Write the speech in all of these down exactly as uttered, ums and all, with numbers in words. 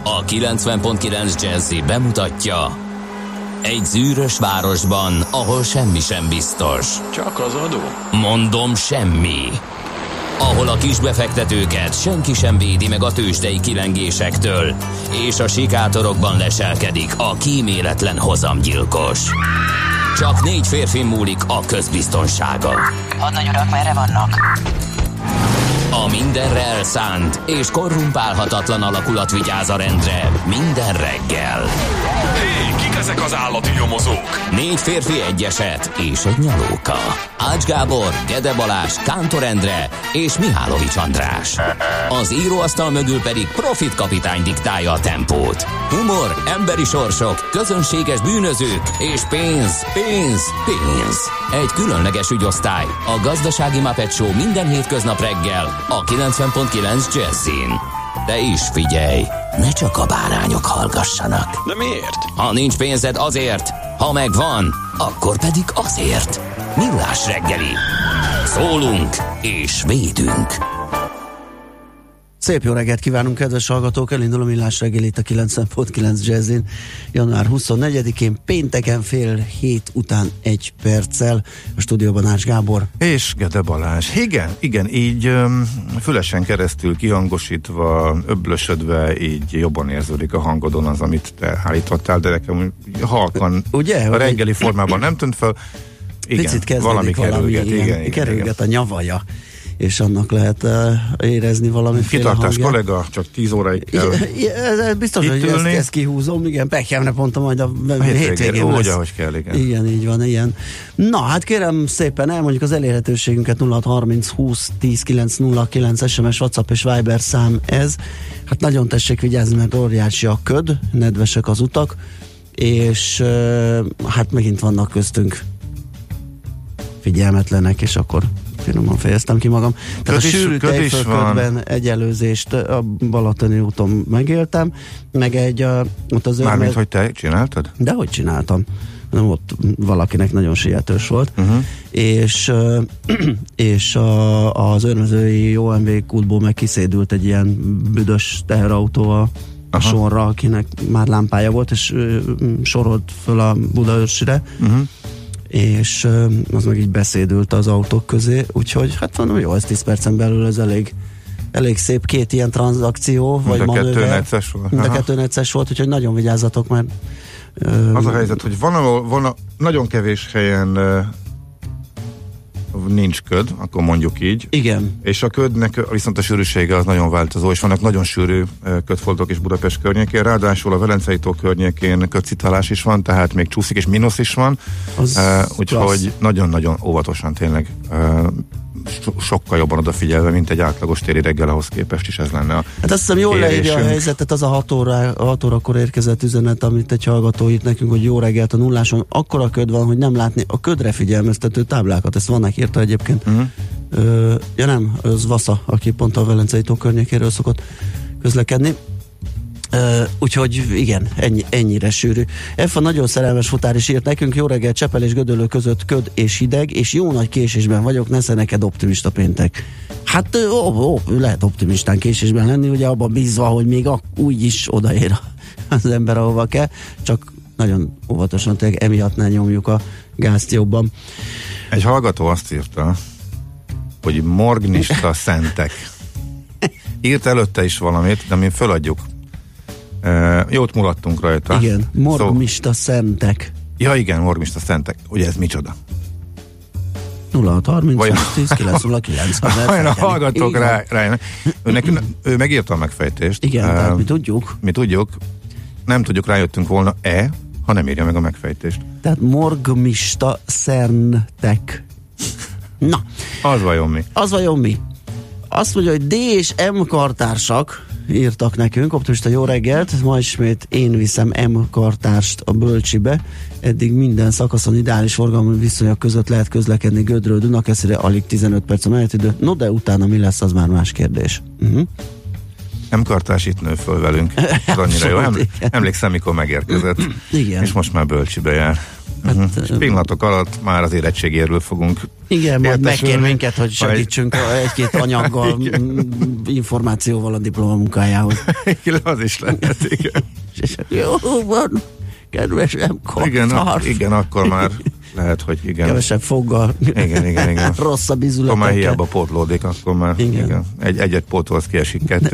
A kilencven pont kilenc Jazzy bemutatja: egy zűrös városban, ahol semmi sem biztos. Csak az adó? Mondom, semmi. Ahol a kisbefektetőket senki sem védi meg a tőzsdei kilengésektől, és a sikátorokban leselkedik a kíméletlen hozamgyilkos. Csak négy férfi múlik a közbiztonsága. Hadnagy urak, merre vannak? A mindenre elszánt és korrumpálhatatlan alakulat vigyáz a rendre minden reggel. Hé, kik ezek az állati nyomozók? Négy férfi, egy eset és egy nyalóka. Ács Gábor, Gede Balázs, Kántor Endre és Mihálovics András. Az íróasztal mögül pedig Profit kapitány diktálja a tempót. Humor, emberi sorsok, közönséges bűnözők és pénz, pénz, pénz. Egy különleges ügyosztály, a Gazdasági Muppet Show minden hétköznap reggel a kilencven pont kilenc Jazzin. De is figyelj, ne csak a bárányok hallgassanak. De miért? Ha nincs pénzed, azért, ha megvan, akkor pedig azért. Millás reggeli. Szólunk és védünk. Szép jó reggelt kívánunk, kedves hallgatók! Elindul a Millás reggel itt a kilencven pont kilenc Jazzin. január huszonnegyedikén, pénteken fél hét után egy perccel. A stúdióban Ács Gábor. És Gede Balázs. Igen, igen, így öm, fülesen keresztül kihangosítva, öblösödve, így jobban érződik a hangodon az, amit te állítottál, de nekem halkan ugye, a reggeli formában nem tűnt fel. Igen, picit valami kerülget, igen, igen, igen, kerülget igen. a nyavaja, és annak lehet uh, érezni valamiféle kitartás hangját. Kollega, csak tíz óráig kell Igen, biztos, hogy ezt, ezt kihúzom, igen, Pekjemne pont majd a hétvégén úgy, lesz. ahogy kell, igen. Igen, így van, ilyen. Na, hát kérem szépen, elmondjuk az elérhetőségünket: nulla hat harminc húsz tíz kilenc nulla kilenc es em es, WhatsApp és Viber szám ez. Hát nagyon tessék vigyázni, mert óriási a köd, nedvesek az utak, és uh, hát megint vannak köztünk figyelmetlenek, és akkor finoman fejeztem ki magam. Tehát köd a sűrű Tejfölködben egy előzést a Balatoni úton megéltem, meg egy a, ott az Mármint, örmed... hogy te csináltad? De hogy csináltam? Ott valakinek nagyon sietős volt, Uh-huh. és, és a, az örmözői o em vé kútból meg kiszédült egy ilyen büdös teherautó a, a sorra, akinek már lámpája volt, és sorolt föl a Budaörsire, uh-huh. és az meg így beszédült az autók közé, úgyhogy hát van, jó, ez tíz percen belül ez elég, elég szép két ilyen tranzakció, vagy manőver. De kettő necces volt. De kettő necces volt, úgyhogy nagyon vigyázzatok, mert az a helyzet, hogy van, ahol, van a, nagyon kevés helyen uh, nincs köd, akkor mondjuk így. Igen. És a ködnek viszont a sűrűsége az nagyon változó, és vannak nagyon sűrű uh, ködfoltok is Budapest környékén, ráadásul a Velencei tó környékén ködcitálás is van, tehát még csúszik, és mínusz is van, uh, úgyhogy nagyon-nagyon óvatosan tényleg uh, so- sokkal jobban odafigyelve, mint egy átlagos téli reggel, ahhoz képest is ez lenne a hát azt hiszem jól leírja a kérésünk. helyzetet az a hat óra, hat órakor érkezett üzenet, amit egy hallgató írt nekünk, hogy jó reggelt a nulláson. Akkora köd van, hogy nem látni a ködre figyelmeztető táblákat. Ezt vannak írta egyébként. Uh-huh. Ö, ja nem, az Vasza, aki pont a Velencei tó környékéről szokott közlekedni. Uh, úgyhogy igen, ennyi, ennyire sűrű. Effa nagyon szerelmes futár is írt nekünk: jó reggel, Csepel és Gödöllő között köd és hideg, és jó nagy késésben vagyok, nesze neked optimista péntek. Hát ó, ó, lehet optimistán késésben lenni, ugye abban bízva, hogy még a, úgy is odaér az ember, ahova kell, csak nagyon óvatosan, tényleg emiatt ne nyomjuk a gázt jobban. Egy hallgató azt írta, hogy morgnista szentek. Írt előtte is valamit, de mi föladjuk. Uh, jót mulattunk rajta. Igen, morgmista so, szentek. Ja igen, morgmista szentek. Ugye ez micsoda? nulla hat harminc tíz kilenc nulla kilenc. Olyan a hallgatók rá, rájönnek. Ő, nekünk, ő megírta a megfejtést. Igen, uh, tehát mi tudjuk. Mi tudjuk. Nem tudjuk, rájöttünk volna-e, ha nem írja meg a megfejtést. Tehát morgmista szentek. Na. Az vajon mi? Az vajon mi? Azt mondja, hogy D és M kartársak írtak nekünk, optimista jó reggelt, ma ismét én viszem M kartárst a Bölcsibe. Eddig minden szakaszon ideális forgalmi viszonyok között lehet közlekedni Gödről Dunakeszire, alig tizenöt perc a menetidő. No, de utána mi lesz, az már más kérdés. Uh-huh. M kartárs itt nő föl velünk. Az annyira jó. Em, emlékszem, mikor megérkezett. Igen. És most már Bölcsibe jár. Hát, uh-huh. És pillanatok alatt már az érettségéről fogunk igen, majd értesülni. megkér minket, hogy segítsünk majd egy-két anyaggal, információval a diplomamunkájához. Igen, az is lehet, igen. Jó van, kedvesem, kaptár. Igen, ak- igen, akkor már lehet, hogy igen. Kevesebb foggal. Igen, igen, igen. Rosszabb ízületekkel. Akkor már hiába pótlódik, akkor már igen. Igen. Egy, egyet pótolsz, kiesik kettő.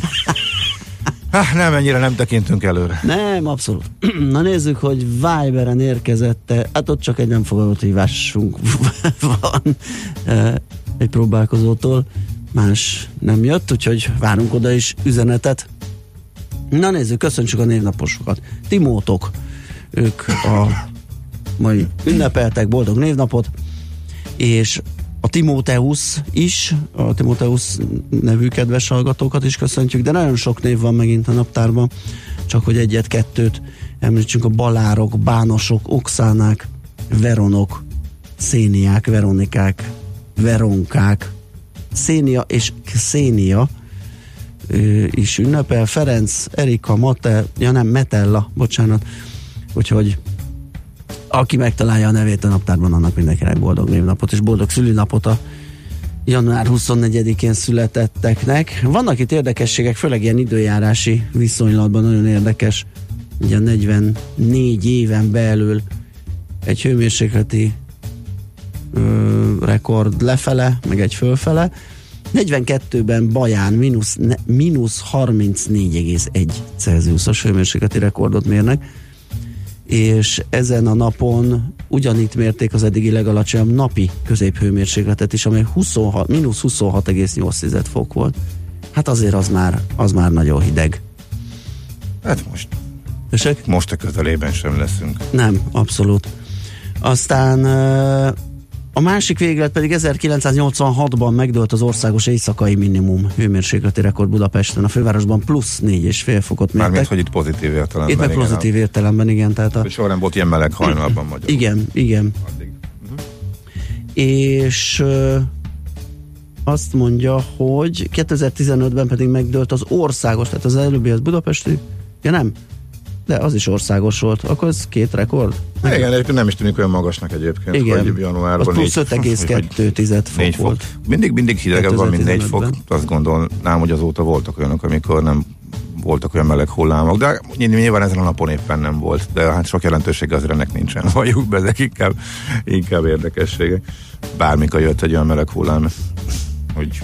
Hát nem, ennyire nem tekintünk előre. Nem, abszolút. Na nézzük, hogy Viberen érkezette, hát ott csak egy nem fogadott hívásunk van egy próbálkozótól, más nem jött, úgyhogy várunk oda is üzenetet. Na nézzük, köszöntsük a névnaposokat. Timótok, ők a mai ünnepeltek, boldog névnapot, és a Timóteusz is, a Timóteusz nevű kedves hallgatókat is köszöntjük, de nagyon sok név van megint a naptárban, csak hogy egyet-kettőt említsünk: a Balárok, Bánosok, Okszánák, Veronok, Széniák, Veronikák, Veronkák, Szénia és Xénia is ünnepel, Ferenc, Erika, Mate, ja nem, Metella, bocsánat, úgyhogy aki megtalálja a nevét a naptárban, annak mindenkinek boldog névnapot és boldog szülinapot a január huszonnegyedikén születetteknek. Vannak itt érdekességek, főleg ilyen időjárási viszonylatban nagyon érdekes. Ugye negyvennégy éven belül egy hőmérsékleti ö, rekord lefele, meg egy fölfele. negyvenkettőben Baján mínusz, ne, mínusz harmincnégy egész egy Celsiusos hőmérsékleti rekordot mérnek, és ezen a napon ugyanitt mérték az eddigi legalacsonyabb napi középhőmérsékletet is, amely huszonhat, mínusz huszonhat egész nyolc fok volt. Hát azért az már, az már nagyon hideg. Hát most. Tessék? Most a közelében sem leszünk. Nem, abszolút. Aztán a másik véglet pedig ezerkilencszáznyolcvanhatban megdőlt az országos éjszakai minimum hőmérsékleti rekord Budapesten. A fővárosban plusz négy és fél fokot mértek. Mármint, hogy itt pozitív értelemben. Itt meg igen, pozitív értelemben, igen. Tehát a... soha nem volt ilyen meleg hajnalban magyarul. Igen, igen. Addig. Uh-huh. És ö, azt mondja, hogy kétezer-tizenötben pedig megdőlt az országos, tehát az előbbi az budapesti, ja nem, de az is országos volt, akkor ez két rekord. Igen, igen, egyébként nem is tűnik olyan magasnak egyébként, igen. Hogy januárban az plusz öt egész kettő fok volt. Mindig, mindig hidegebb van, mint négy fok. Azt gondolnám, hogy azóta voltak olyanok, amikor nem voltak olyan meleg hullámok, de nyilván ezen a napon éppen nem volt, de hát sok jelentősége azért ennek nincsen. Valljuk be, ezek inkább, inkább érdekességek. Bármikor jött egy olyan meleg hullám, hogy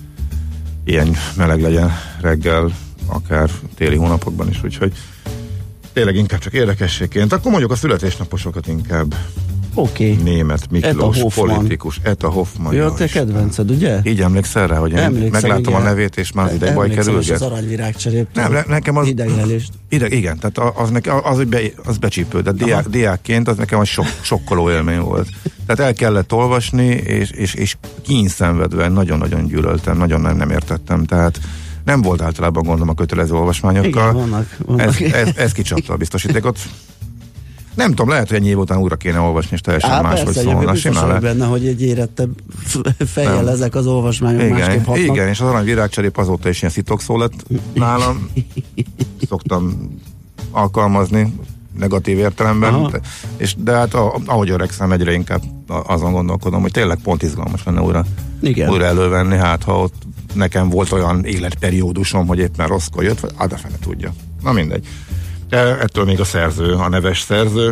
ilyen meleg legyen reggel, akár téli hónapokban is, úgyhogy tényleg inkább csak érdekességként. Akkor mondjuk a születésnaposokat inkább. Oké. Okay. Német Miklós, politikus, Eta Hoffmann. Jó, te kedvenced, ugye? Így emlékszel rá, hogy én meglátom igen. A nevét, és már ide baj kerülget. Az aranyvirágcserép. Nem, ne, nekem az... Ideglelést. Ide, igen, tehát az, az, az, az, be, az becsípődött. Diák, diákként az nekem egy sok, sokkoló élmény volt. Tehát el kellett olvasni, és, és, és kínszenvedve nagyon-nagyon gyűlöltem, nagyon nem, nem értettem. Tehát nem volt általában gondom a kötelező olvasmányokkal. Igen, vannak, vannak. Ez, ez, ez kicsapta a biztosítékot. Nem tudom, lehet, hogy ennyi év után újra kéne olvasni, és teljesen Á, máshogy persze, szólna. Biztos vagyok benne, hogy egy érettebb fejjel nem. Ezek az olvasmányok igen, másképp hatnak. Igen, és az aranyvirágcserép azóta is ilyen szitokszó lett nálam. Szoktam alkalmazni negatív értelemben, de, és, de hát ahogy öregszem, egyre inkább azon gondolkodom, hogy tényleg pont izgalmas lenne újra, újra elővenni, hát ha ott nekem volt olyan életperiódusom, hogy éppen rosszkor jött, vagy hát a fene tudja. Na mindegy. Ettől még a szerző, a neves szerző,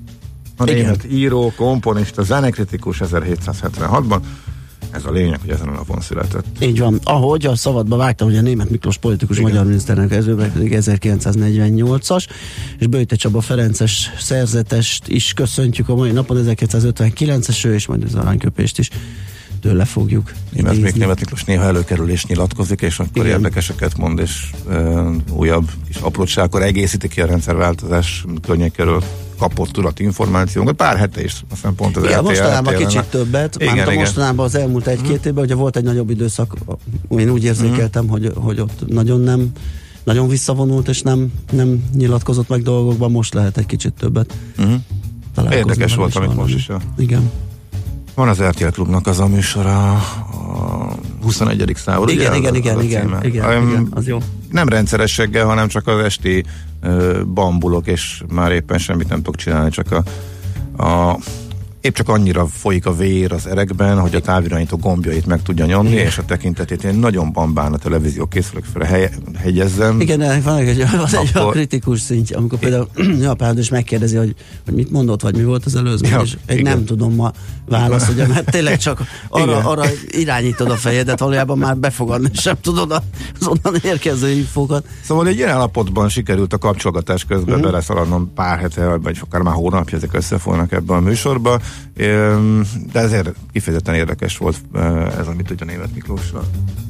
a német író, komponista, zenekritikus ezerhétszázhetvenhatban. Ez a lényeg, hogy ezen a napon született. Így van. Ahogy a szabadba vágtam, hogy a német Miklós politikus igen. magyar miniszternek ezőben pedig ezerkilencszáznegyvennyolcas, és Böjte Csaba Ferences szerzetest is köszöntjük a mai napon, ezerkilencszázötvenkilences ő, és majd az aranyköpést is tőle fogjuk német, még német Miklós néha előkerülés nyilatkozik, és akkor igen. érdekeseket mond, és e, újabb kis aprótságkor egészíti ki a rendszerváltozás környékéről kapott tudat információnkat. Pár hete is, aztán pont az igen, mostanában kicsit többet, igen, mármint igen. mostanában az elmúlt egy-két évben, ugye volt egy nagyobb időszak, én úgy érzékeltem, mm. hogy, hogy ott nagyon nem nagyon visszavonult, és nem, nem nyilatkozott meg dolgokban, most lehet egy kicsit többet. Mm. Érdekes volt, amit most is. A... Igen. Van az er té el Klubnak az a műsora, a huszonegyedik század. Igen, ugye? igen, az, igen, az igen, igen, um, igen, az jó. Nem rendszerességgel, hanem csak az esti uh, bambulok, és már éppen semmit nem tudok csinálni, csak a, a épp csak annyira folyik a vér az erekben, hogy a távirányító gombjait meg tudja nyomni, igen. És a tekintetét én nagyon bambán a televízió készülök fel hely, hegyezzem. Igen, van egy, van egy akkor... kritikus szintje, amikor például Japán is megkérdezi, hogy, hogy mit mondott, vagy mi volt az előző, ja, és egy nem tudom ma válasz, ugye, mert tényleg csak arra, arra irányítod a fejedet, valójában már befogadni sem tudod az onnan érkező infókat. Szóval egy ilyen állapotban sikerült a kapcsolgatás közben uh-huh. beleszaladnom pár hete, vagy akár már hónapja, ezek összefolynak ebben a műsorban. De ezért kifejezetten érdekes volt ez, amit tudja Németh Miklósra.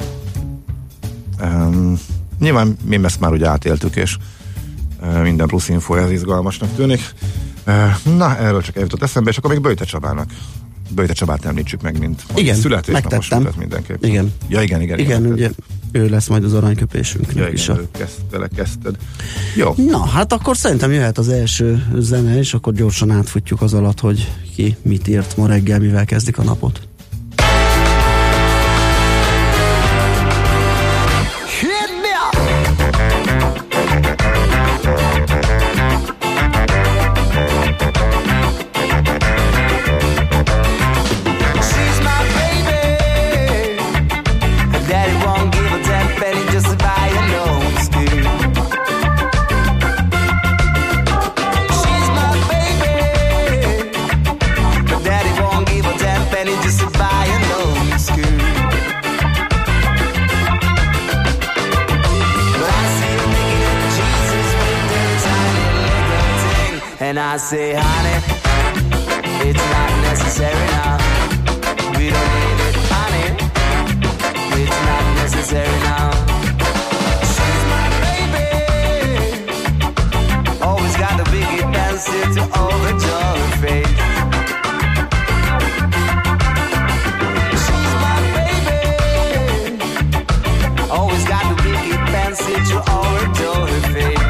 Um, nyilván mi ezt már ugye átéltük, és uh, minden plusz info ez izgalmasnak tűnik. Uh, na, erről csak eljutott eszembe, és akkor még Böjte Csabának. Böjte Csabát említsük meg, mint születésnaposunkat mindenképpen. Igen. Ja, igen, igen. Igen, igen ugye ő lesz majd az aranyköpésünk. Ja, igen, a... kezd, vele kezdted. Jó. Na, hát akkor szerintem jöhet az első zene, és akkor gyorsan átfutjuk az alatt, hogy ki mit írt ma reggel, mivel kezdik a napot. And I say, honey, it's not necessary now. We don't need it, honey. It's not necessary now. She's my baby. Always got the big answer to overjoy her face. She's my baby. Always got the big answer to overjoy her face.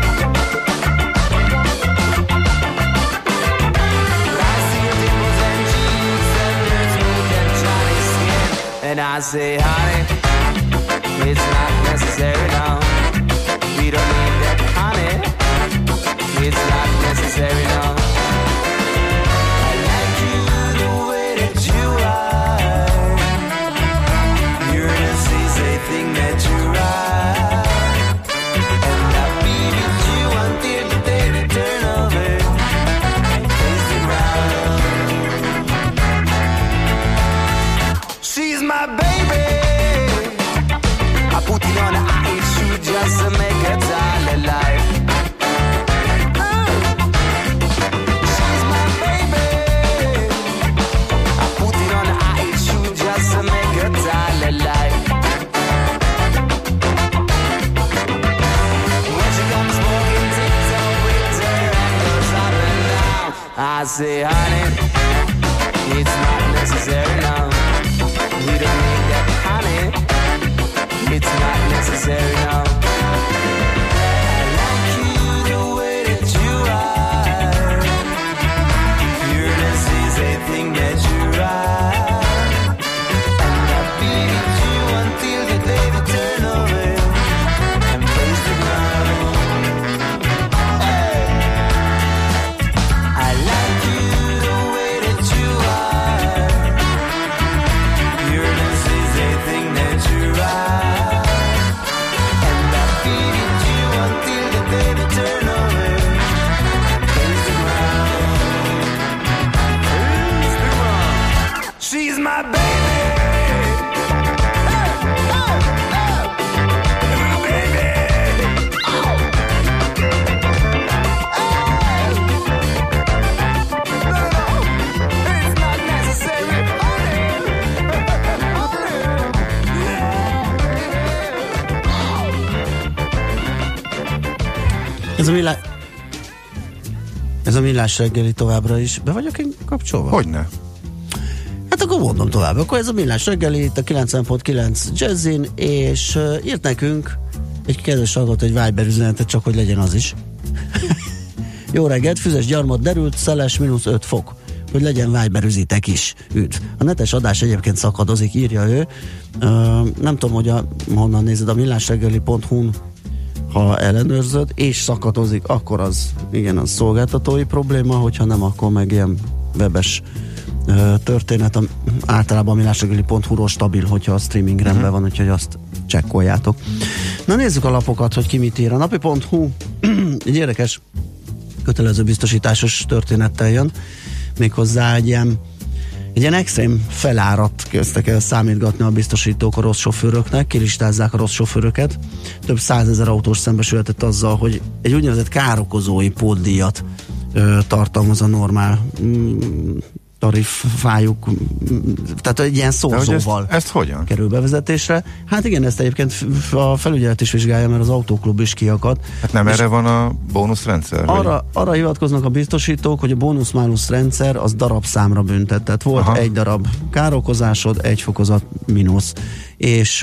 And I say, honey, it's not necessary now. We don't need that, honey. It's not necessary now. I like you the way that you are. Your innocence, they think that you're right. And I'll be with you until the day they turn over and face the ground. She's my baby. I put it on the ice shoe just to make her time alive. She's my baby. I put it on the ice shoe just to make her time alive. When she comes smoking, tiptoe with her and goes up and down. I say, honey, it's not necessary now. We don't need that, honey. It's not necessary now. I like you the way that you are. Your innocence, they think that you're right. And I'll be with you until the day we turn over and face the ground. Hey. I like you the way that you are. Your innocence, they think that you're right. And I'll be with you until the day we turn over and face the ground. Face the ground. She's my baby. Hey, hey, hey. My baby. Oh. Hey. No, no, it's not necessary, honey. Ez a millás... Ez a millás reggeli továbbra is. Be vagyok én kapcsolva? Hogyne? Hát akkor mondom tovább. Akkor ez a millás reggeli, itt a kilencven pont kilenc Jazzin, és uh, írt nekünk egy kedves hallgató egy Viber üzenetet, csak hogy legyen az is. Jó reggelt, füzes gyarmat derült, szeles mínusz öt fok. Hogy legyen Viberüzitek is. Üdv. A netes adás egyébként szakadozik, írja ő. Uh, nem tudom, hogy a, honnan nézed, a millásreggeli pont hu-n ha ellenőrzöd, és szakadozik, akkor az igen, az szolgáltatói probléma, hogyha nem, akkor meg ilyen webes uh, történet, am, általában a millásreggeli pont hu-ról stabil, hogyha a streaming uh-huh. rendben van, úgyhogy azt csekkoljátok. Na nézzük a lapokat, hogy ki mit ír. A napi pont hu egy érdekes kötelező biztosításos történettel jön, méghozzá egy ilyen Egy ilyen extrém felárat kezdtek el számítgatni a biztosítók a rossz sofőröknek, kilistázzák a rossz sofőröket. Több százezer autós szembesülhetett azzal, hogy egy úgynevezett károkozói pótdíjat ö, tartalmaz a normál mm, tarifájuk, tehát egy ilyen szózóval ezt, ezt hogyan? kerül bevezetésre. Hát igen, ezt egyébként a felügyelet is vizsgálja, mert az autóklub is kiakadt. Hát nem erre van a bónuszrendszer? Arra, arra hivatkoznak a biztosítók, hogy a bónusz-mánusz rendszer az darabszámra büntet. Tehát volt Aha. egy darab károkozásod, egy fokozat mínusz. És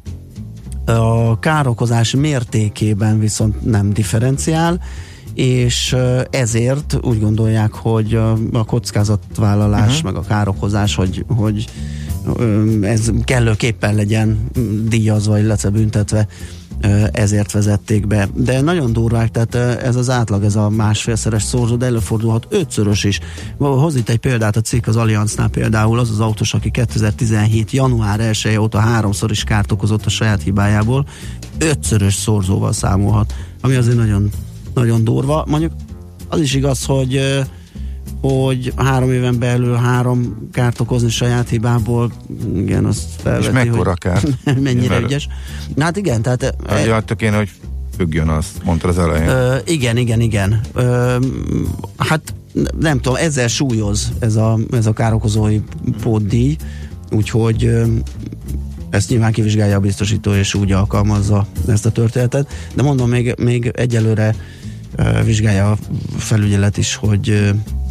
a károkozás mértékében viszont nem differenciál, és ezért úgy gondolják, hogy a kockázatvállalás, uh-huh. meg a károkozás, hogy, hogy ez kellőképpen legyen díjazva, illetve büntetve, ezért vezették be. De nagyon durvák, tehát ez az átlag, ez a másfélszeres szorzó, de előfordulhat ötszörös is. Hoz itt egy példát a cikk az Allianznál például, az az autós, aki kétezer-tizenhét január elseje óta háromszor is kárt okozott a saját hibájából, ötszörös szorzóval számolhat, ami azért nagyon nagyon durva. Mondjuk az is igaz, hogy hogy három éven belül három kárt okozni saját hibából, igen, azt felveti, és mekkora kár? mennyire ügyes. Hát igen, tehát... Jöttek én, hogy függjön, azt mondta az elején. Ö, igen, igen, igen. Ö, hát nem tudom, ezzel súlyoz ez a, ez a károkozói pótdíj, úgyhogy ö, ezt nyilván kivizsgálja a biztosító, és úgy alkalmazza ezt a történetet. De mondom, még, még egyelőre uh, vizsgálja a felügyelet is, hogy, uh,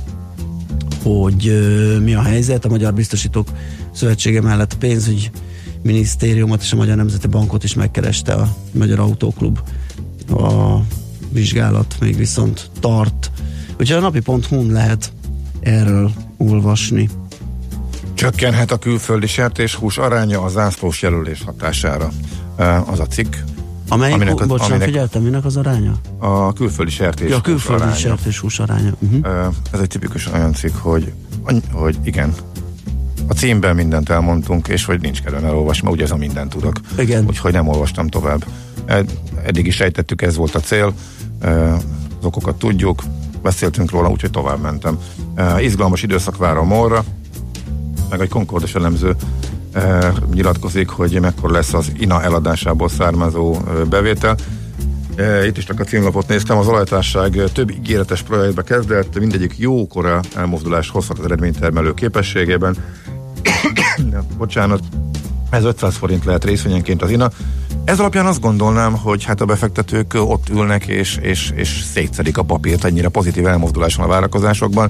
hogy uh, mi a helyzet. A Magyar Biztosítók Szövetsége mellett a pénzügyi minisztériumot és a Magyar Nemzeti Bankot is megkereste a Magyar Autóklub. A vizsgálat még viszont tart. Úgyhogy a napi pont hu-n lehet erről olvasni. Csökkenhet a külföldi sertéshús aránya a zászlós jelölés hatására. Az a cikk. Amelyik, aminek az, bocsánat, aminek figyeltem, minek az aránya? A külföldi sertéshús ja, a külföldi aránya. sertéshús aránya. Uh-huh. Ez egy tipikus olyan cikk, hogy, hogy igen, a címben mindent elmondtunk, és hogy nincs kedven elolvasni, mert ugye ez a mindent tudok. Igen. Úgyhogy nem olvastam tovább. Eddig is sejtettük, ez volt a cél. Az okokat tudjuk, beszéltünk róla, úgyhogy tovább mentem. Izgalmas időszak vár a morra, meg egy Concordos elemző eh, nyilatkozik, hogy mekkora lesz az i en á eladásából származó eh, bevétel. Eh, itt is csak a címlapot néztem, az olajtársaság több ígéretes projektbe kezdett, mindegyik jókora elmozdulást hozhat az eredménytermelő képességében. Bocsánat, ez ötszáz forint lehet részvényenként az i en á. Ez alapján azt gondolnám, hogy hát a befektetők ott ülnek és, és, és szétszedik a papírt, ennyire pozitív elmozdulás van a várakozásokban.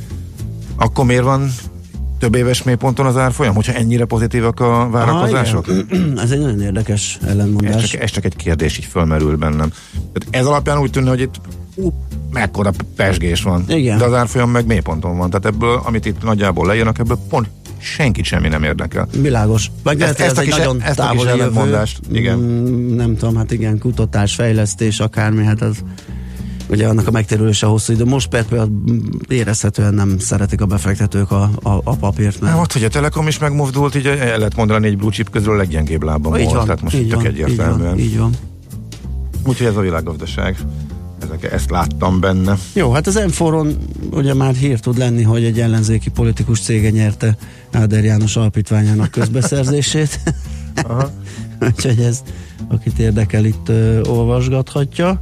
Akkor miért van több éves mélyponton az árfolyam, hogyha ennyire pozitívak a várakozások? Ah, ez egy nagyon érdekes ellentmondás. Ez csak, ez csak egy kérdés, így fölmerül bennem. Tehát ez alapján úgy tűnne, hogy itt ú, mekkora pesgés van. Igen. De az árfolyam meg mélyponton van. Tehát ebből, amit itt nagyjából leírnak, ebből pont senkit semmi nem érdekel. Világos. Meg ezt, lehet, ezt, ez egy kis, nagyon ezt a kis ellentmondást. Igen. Mm, nem tudom, hát igen, kutatás, fejlesztés, akármi, hát az ugye annak a megtérülése hosszú idő. Most például érezhetően nem szeretik a befektetők a, a, a papírt. Mert... Hát, hogy a Telekom is megmozdult, így el lehet mondani, négy blue chip közül a leggyengébb lábban volt. Van, Tehát most így tök van, egyértelműen. Így van, így van. Úgyhogy ez a világgazdaság. Ezek, ezt láttam benne. Jó, hát az em négy-on ugye már hír tud lenni, hogy egy ellenzéki politikus cége nyerte Áder János alapítványának közbeszerzését. Aha. Úgyhogy ez, akit érdekel, itt ö, olvasgathatja.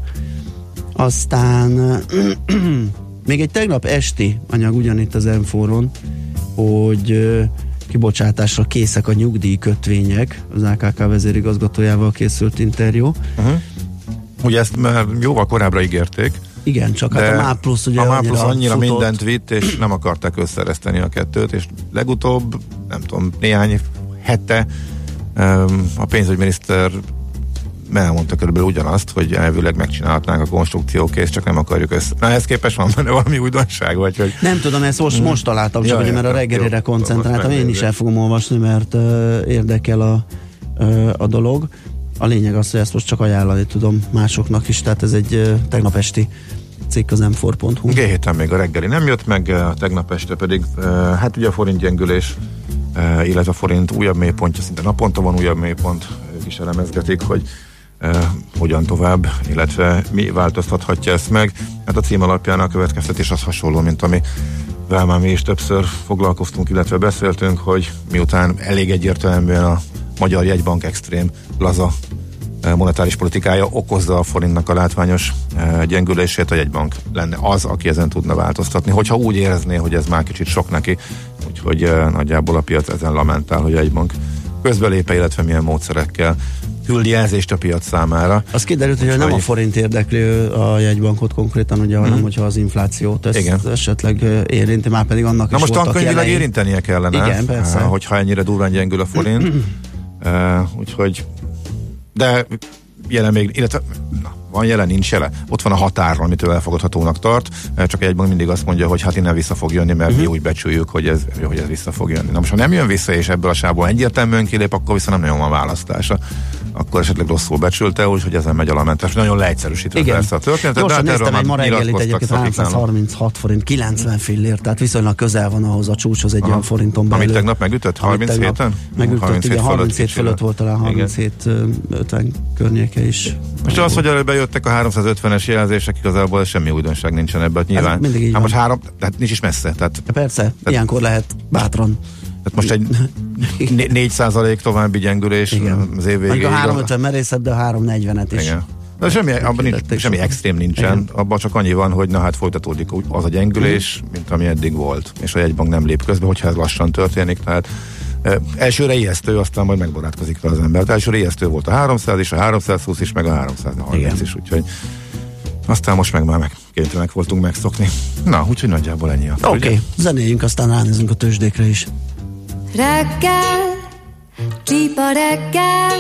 Aztán még egy tegnap esti anyag ugyanitt az em négy-on, hogy ö, kibocsátásra készek a nyugdíjkötvények, az á ká ká vezérigazgatójával készült interjú. Uh-huh. Ugye ezt már jóval korábbra ígérték. Igen, csak hát a MÁ Plusz ugye a MÁ Plusz annyira futott. mindent vitt, és nem akarták összereszteni a kettőt, és legutóbb, nem tudom, néhány hete um, a pénzügyminiszter elmondta körülbelül ugyanazt, hogy elvileg megcsinálhatnánk a konstrukciókész, csak nem akarjuk össze. Na, ehhez képest van benne valami újdonság, vagy hogy... Nem tudom, ezt most, most találtam, csak ja, ugye, mert a reggelire koncentráltam, én is el fogom olvasni, mert uh, érdekel a, uh, a dolog. A lényeg az, hogy ezt most csak ajánlani tudom másoknak is, tehát ez egy uh, tegnap esti cikk az m four pont hu. gé héten még a reggeli nem jött meg, tegnap este pedig, hát ugye a forint gyengülés, illetve a forint újabb mélypontja, szinte naponta van újabb mélypont, ők is elemezgetik, hogy Uh, hogyan tovább, illetve mi változtathatja ezt meg. Hát a cím alapján a következtetés az hasonló, mint amivel már mi is többször foglalkoztunk, illetve beszéltünk, hogy miután elég egyértelműen a Magyar Jegybank extrém laza uh, monetáris politikája okozza a forintnak a látványos uh, gyengülését, a jegybank lenne az, aki ezen tudna változtatni, hogyha úgy érezné, hogy ez már kicsit sok neki, úgyhogy uh, nagyjából a piac ezen lamentál, hogy a jegybank közbelépe, illetve milyen módszerekkel küld jelzést a piac számára. Az kiderült, hogy, hogy nem a forint érdekli a jegybankot konkrétan, ugye, hanem mm. hogyha az inflációt ezt igen. esetleg érinti, már pedig annak Na is most voltak tankönyvileg érintenie kellene, igen, persze. hogyha ennyire durván gyengül a forint. uh, úgyhogy de jelen még, illetve na, van jelen, nincs jelen. Ott van a határon, amitől elfogadhatónak tart, csak egyben mindig azt mondja, hogy hát innen vissza fog jönni, mert uh-huh. mi úgy becsüljük, hogy ez, hogy ez vissza fog jönni. Na most, ha nem jön vissza, és ebből a sávból egyértelműen kilép, akkor viszont nem nagyon van választása. Akkor esetleg rosszul becsülte, úgyhogy ezen megy a lamentás. Nagyon leegyszerűsítve persze a történetet. Gyorsan de néztem egy ma reggelit egyébként háromszázharminchat forint, kilencven fillér, tehát viszonylag közel van ahhoz a csúcshoz egy Aha. olyan forinton belül. Amit tegnap megütött? harminchéten? Megütött, ugye harminchét fölött volt talán harminchét ötven környéke is. Most az, hogy előbb jöttek a háromszázötvenes jelzések, igazából semmi újdonság nincsen ebben nyilván. Hát most három, tehát nincs is messze. Tehát, persze, tehát, ilyenkor lehet bátran. Tehát most egy négy százalék további gyengülés igen. az év végéig. A háromszázötven merészebb, de a háromszáznegyvenet is. Igen. De semmi, abban nincs, semmi extrém nincsen, igen. abban csak annyi van, hogy na hát folytatódik az a gyengülés, mm. mint ami eddig volt. És a jegybank nem lép közbe, hogyha ez lassan történik, tehát e, elsőre ijesztő, aztán majd megbarátkozik rá az ember. Tehát elsőre ijesztő volt a háromszáz is, a háromszázhúsz is, meg a háromszázharminc is, úgyhogy aztán most meg már meg kénytelenek voltunk megszokni. Na, úgyhogy nagyjából ennyi. Oké, okay. Zenéljünk, aztán ránézünk a tőzsdékre is. Reggel, csípa reggel,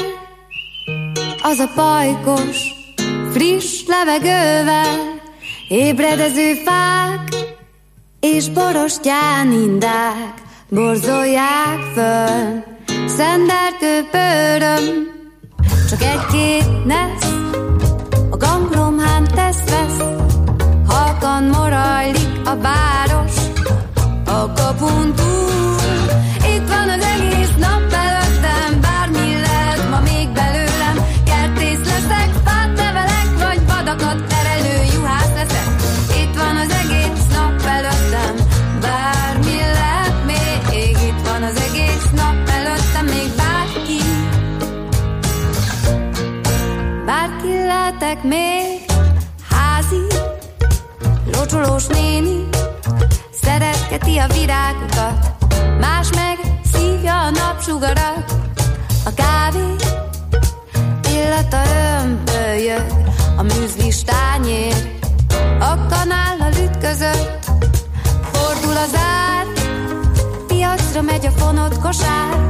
az a pajkos, friss levegővel, ébredező fák és borostyán indák borzolják föl. Szenderkő pöröm, csak egy-két nesz, a ganglomhán tesz-vesz, halkan morajlik a város a kapun túl. Itt van az egész nap előttem, bármi lehet ma még belőlem. Kertész leszek, fát nevelek, vagy vadakat terelő juhász leszek. Itt van az egész nap előttem, bármi lehet még. Itt van az egész nap előttem, még bárki. Bárki lehetek még, házi, locsolós néni, szeretgeti a virágokat, más meg szívja a napsugarat. A kávé illata ömbölyög, a műzlis tányér a kanállal ütközött. Fordul az ár, piacra megy a fonott kosár.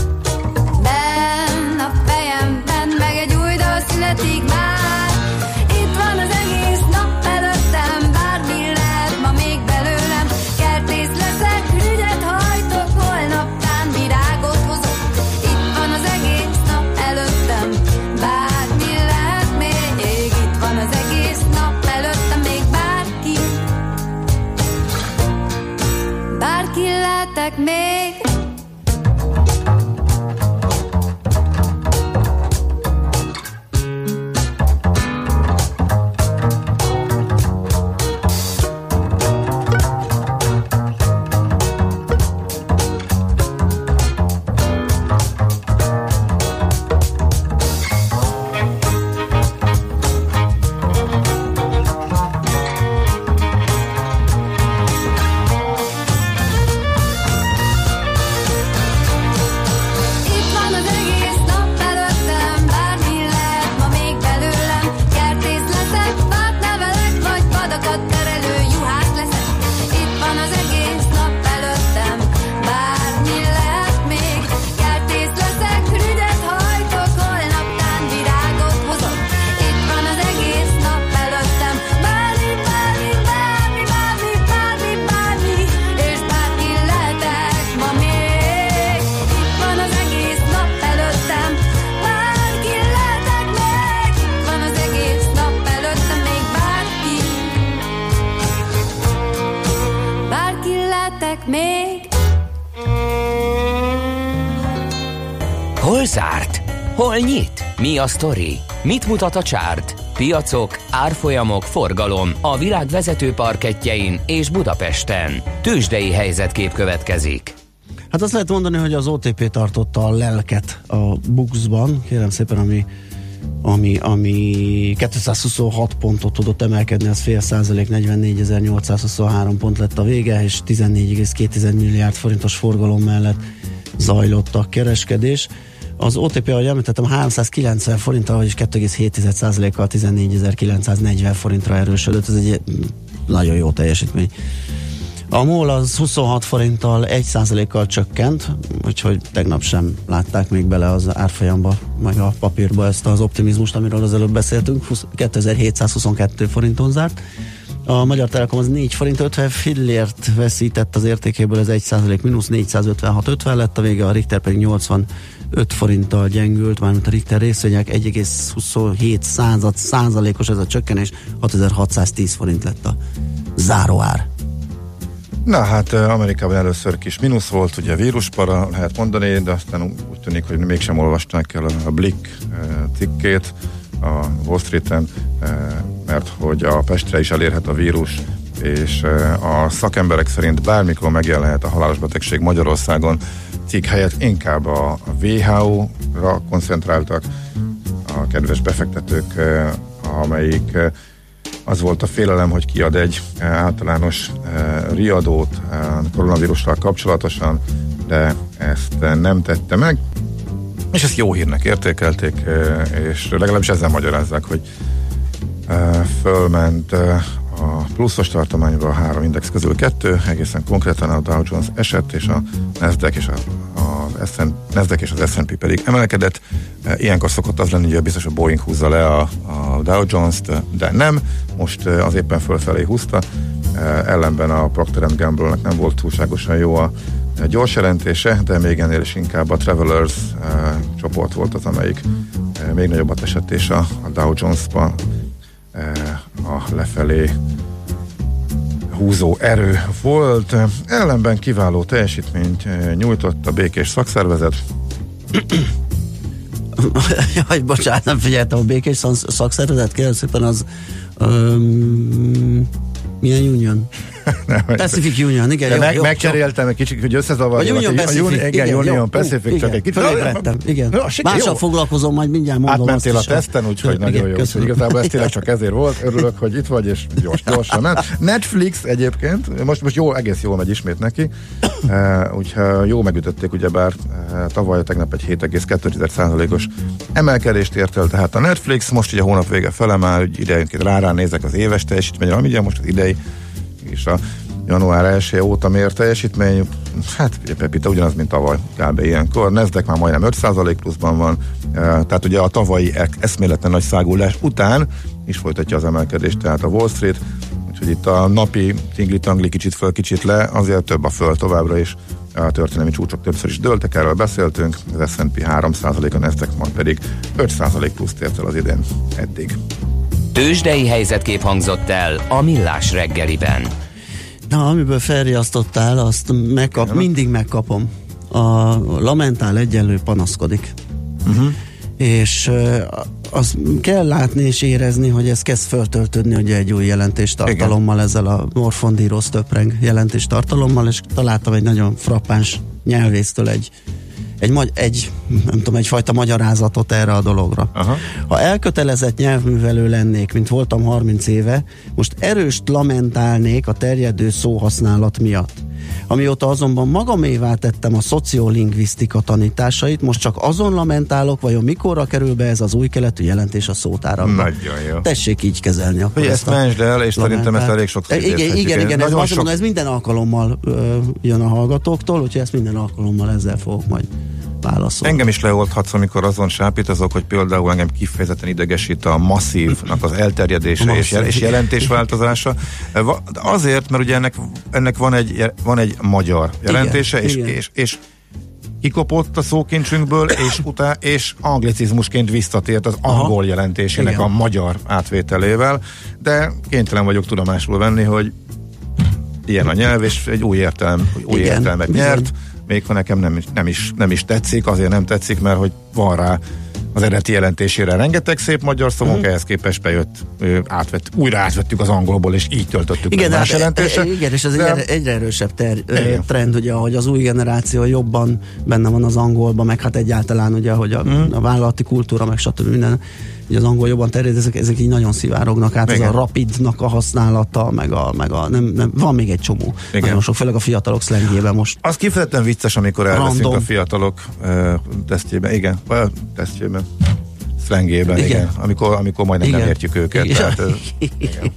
Benn a fejemben meg egy új dal születik már. Itt van az egész nap előttem, bármi lehet ma még belőlem. Kertész leszek, rügyet hajtok, holnaptán virágot hozok. Itt van az egész nap előttem, bármi lehet még. Itt van az egész nap előttem, még bárki. Bárki lehetek még. zárt? Hol nyit? Mi a sztori? Mit mutat a csárt? Piacok, árfolyamok, forgalom a világ vezető parkettjein és Budapesten. Tőzsdei helyzetkép következik. Hát azt lehet mondani, hogy az o té pé tartotta a lelket a buxban, kérem szépen, ami, ami, ami kétszázhuszonhat pontot tudott emelkedni, az fél százalék, negyvennégyezer-nyolcszázhuszonhárom pont lett a vége, és tizennégy egész két milliárd forintos forgalom mellett zajlott a kereskedés. Az o té pé, ahogy említettem, háromszázkilencven forinttal, vagyis kettő egész hét százalékkal tizennégyezer-kilencszáznegyven forintra erősödött, ez egy nagyon jó teljesítmény. A MOL az huszonhat forinttal egy százalékkal csökkent, úgyhogy tegnap sem látták még bele az árfolyamba, meg a papírba ezt az optimizmust, amiről az előbb beszéltünk, kétezer-hétszázhuszonkettő forinton zárt. A Magyar Telekom az négy forint ötven fillért veszített az értékéből, ez egy százalék mínusz, négyszázötvenhat ötven lett a vége, a Richter pedig nyolcvanöt forinttal gyengült, mármint a Richter részvények, egy egész huszonhét század százalékos ez a csökkenés, hatezer-hatszáztíz forint lett a záróár. Na hát Amerikában először kis mínusz volt, ugye víruspara lehet mondani, de aztán úgy tűnik, hogy mégsem olvasták el a Blick cikkét a Wall Streeten, mert hogy a Pestre is elérhet a vírus, és a szakemberek szerint bármikor megjelenhet a halálos betegség Magyarországon. Cikk helyett inkább a vé há ó-ra koncentráltak a kedves befektetők, amelyik az volt a félelem, hogy kiad egy általános riadót koronavírussal kapcsolatosan, de ezt nem tette meg, és ezt jó hírnek értékelték, és legalábbis ezzel magyarázzák, hogy fölment a pluszos tartományba a három index közül kettő, egészen konkrétan a Dow Jones esett, és a Nasdaq és a, a S and, Nasdaq és az es and pé pedig emelkedett. Ilyenkor szokott az lenni, hogy biztos a Boeing húzza le a, a Dow Jones-t, de nem, most az éppen fölfelé húzta, ellenben a Procter and Gamble-nek nem volt túlságosan jó a gyors jelentése, de még ennél is inkább a Travelers csoport volt az, amelyik még nagyobbat esett, és a, a Dow Jones-ban a lefelé húzó erő volt. Ellenben kiváló teljesítményt nyújtott a Békés Szakszervezet. Jaj, bocsánat, nem figyeltem, a Békés Szakszervezet, kérlek szépen az um, milyen union? Nem, Pacific Union, igen. Jó, meg, jó, megcseréltem egy kicsit, hogy összezavarjam. Union Pacific, a, igen, igen, Union jó, Pacific, ó, csak igen, egy kicsit. Fölébredtem, igen. Jó, mással foglalkozom, majd mindjárt mondom. Átmentél a teszten, úgyhogy nagyon jó. Úgyhogy igazából ez tényleg csak ezért volt. Örülök, hogy itt vagy, és gyors, gyorsan. Nem? Netflix egyébként, most, most jó, egész jól megy ismét neki. Uh, úgyhogy jó megütötték, ugyebár uh, tavaly tegnap egy hét egész kettő százalékos emelkedést ért el, tehát a Netflix most ugye a hónap vége felemel, hogy idejénként rá nézek az éves teljesítményre, ami ugye most az idei és a január elsője óta mért teljesítmény, hát ugye Pepita ugyanaz, mint tavaly kb. Ilyenkor. Nasdaq már majdnem öt százalék pluszban van, tehát ugye a tavalyi eszméletlen nagy száguldás után is folytatja az emelkedést, tehát a Wall Street, úgyhogy itt a napi tingli-tangli kicsit föl, kicsit le, azért több a föl továbbra is, a történelmi csúcsok többször is dőltek, erről beszéltünk, az es and pé három százalék, a Nasdaq majd pedig öt százalék pluszt ért el az idén eddig. Tőzsdei helyzetkép hangzott el a Millás reggeliben. Na, amiből felriasztottál, azt megkap, mindig megkapom. A Lamentál egyenlő panaszkodik. Uh-huh. És uh, azt kell látni és érezni, hogy ez kezd föltöltődni ugye egy új jelentéstartalommal, igen, ezzel a morfondíroz töpreng jelentéstartalommal, és találtam egy nagyon frappáns nyelvésztől egy Egy, egy, nem tudom, egyfajta magyarázatot erre a dologra. Aha. Ha elkötelezett nyelvművelő lennék, mint voltam harminc éve, most erőst lamentálnék a terjedő szóhasználat miatt. Amióta azonban magamévá tettem a szociolingvisztika tanításait, most csak azon lamentálok, vajon mikorra kerül be ez az új keletű jelentés a szótáramba. Nagyon jó. Tessék így kezelni akkor. Hogy ezt mentsd el, és lamentál. Szerintem ezt elég sokszor igen, igen, igen, igen, ez, sok... mondom, ez minden alkalommal ö, jön a hallgatóktól, úgyhogy ezt minden alkalommal ezzel fogok majd válaszolni. Engem is leoldhatsz, amikor azon sápítozok, hogy például engem kifejezetten idegesít a masszívnak az elterjedése masszív, és, jel- és jelentésváltozása. Azért, mert ugye ennek, ennek van egy, van egy magyar jelentése, igen, és, igen. és, és kikopott a szókincsünkből, és utána és anglicizmusként visszatért az angol Aha. jelentésének igen. a magyar átvételével, de kénytelen vagyok tudomásul venni, hogy ilyen a nyelv, és egy új, értelm, új igen, értelmet bizony. nyert. még ha nekem nem, nem, is, nem is tetszik, azért nem tetszik, mert hogy van rá az eredeti jelentésére rengeteg szép magyar szó, uh-huh. ehhez képest bejött, átvett, újra átvettük az angolból, és így töltöttük igen, meg más jelentése. Igen, és ez de... egyre, egyre erősebb ter, trend, ugye, hogy az új generáció jobban benne van az angolban, meg hát egyáltalán ugye, hogy a, uh-huh. a vállalati kultúra, meg stb. Minden, ugye az angol jobban terjed, ezek, ezek így nagyon szivárognak át, igen. Ez a rapidnak a használata, meg a, meg a nem, nem, van még egy csomó. Igen. Nagyon sok, főleg a fiatalok szlengjében most. Az kifejezetten vicces, amikor elveszünk a fiatalok uh, tesztjében, igen, uh, tesztjében, szlengjében, igen. igen. Amikor, amikor majdnem igen. nem értjük őket. Igen. Tehát, uh, igen.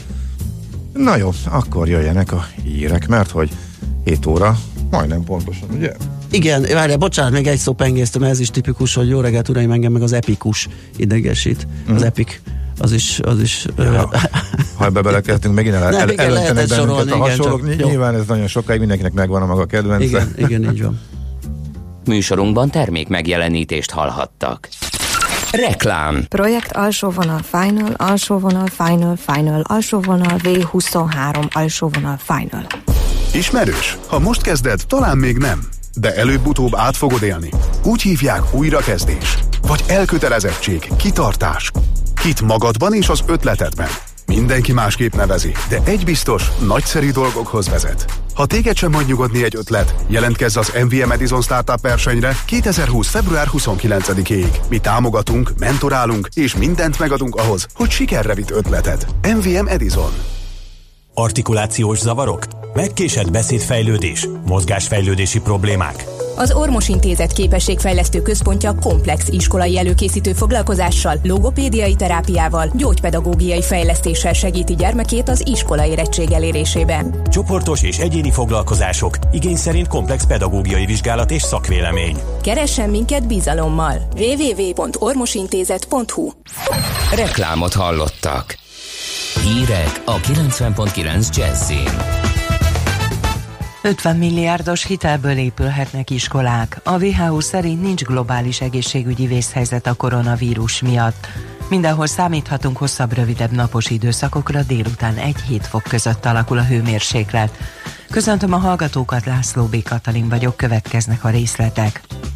Na jó, akkor jöjjenek a hírek, mert hogy hét óra, majdnem pontosan, ugye? Igen, várjál, bocsánat, még egy szó pengéztem, ez is tipikus, hogy jó reggelt, uraim, engem meg az epikus idegesít. Mm. Az epic, az is... Az is ja, uh, ha ebbe belekezdtünk, megint el, el, elöntenek bennünket a hasonlók. Igen, nyilván ez nagyon sokáig, mindenkinek megvan a maga kedvence. Igen, igen, így van. Műsorunkban termék megjelenítést hallhattak. Reklám. Projekt alsó vonal final, alsó vonal final, final, alsó vonal vé huszonhárom, alsó vonal final. Ismerős? Ha most kezded, talán még nem. De előbb-utóbb át fogod élni. Úgy hívják újrakezdés. Vagy elkötelezettség, kitartás. Hitt magadban és az ötletedben. Mindenki másképp nevezi, de egy biztos, nagyszerű dolgokhoz vezet. Ha téged sem hagy nyugodni egy ötlet, jelentkezz az em vé em Edison Startup versenyre kétezer-húsz február huszonkilencedikéig. Mi támogatunk, mentorálunk, és mindent megadunk ahhoz, hogy sikerre vidd ötleted. em vé em Edison. Artikulációs zavarok? Megkésett beszédfejlődés? Mozgásfejlődési problémák? Az Ormos Intézet képességfejlesztő központja komplex iskolai előkészítő foglalkozással, logopédiai terápiával, gyógypedagógiai fejlesztéssel segíti gyermekét az iskola érettség elérésében. Csoportos és egyéni foglalkozások, igény szerint komplex pedagógiai vizsgálat és szakvélemény. Keressen minket bizalommal. double-u double-u double-u pont ormosintézet pont hu. Reklámot hallottak. Hírek a kilencven pont kilenc Jazzin. ötven milliárdos hitelből épülhetnek iskolák. A dupla vé há o szerint nincs globális egészségügyi vészhelyzet a koronavírus miatt. Mindenhol számíthatunk hosszabb, rövidebb napos időszakokra, délután egy-hét fok között alakul a hőmérséklet. Köszöntöm a hallgatókat, László B. Katalin vagyok, következnek a részletek.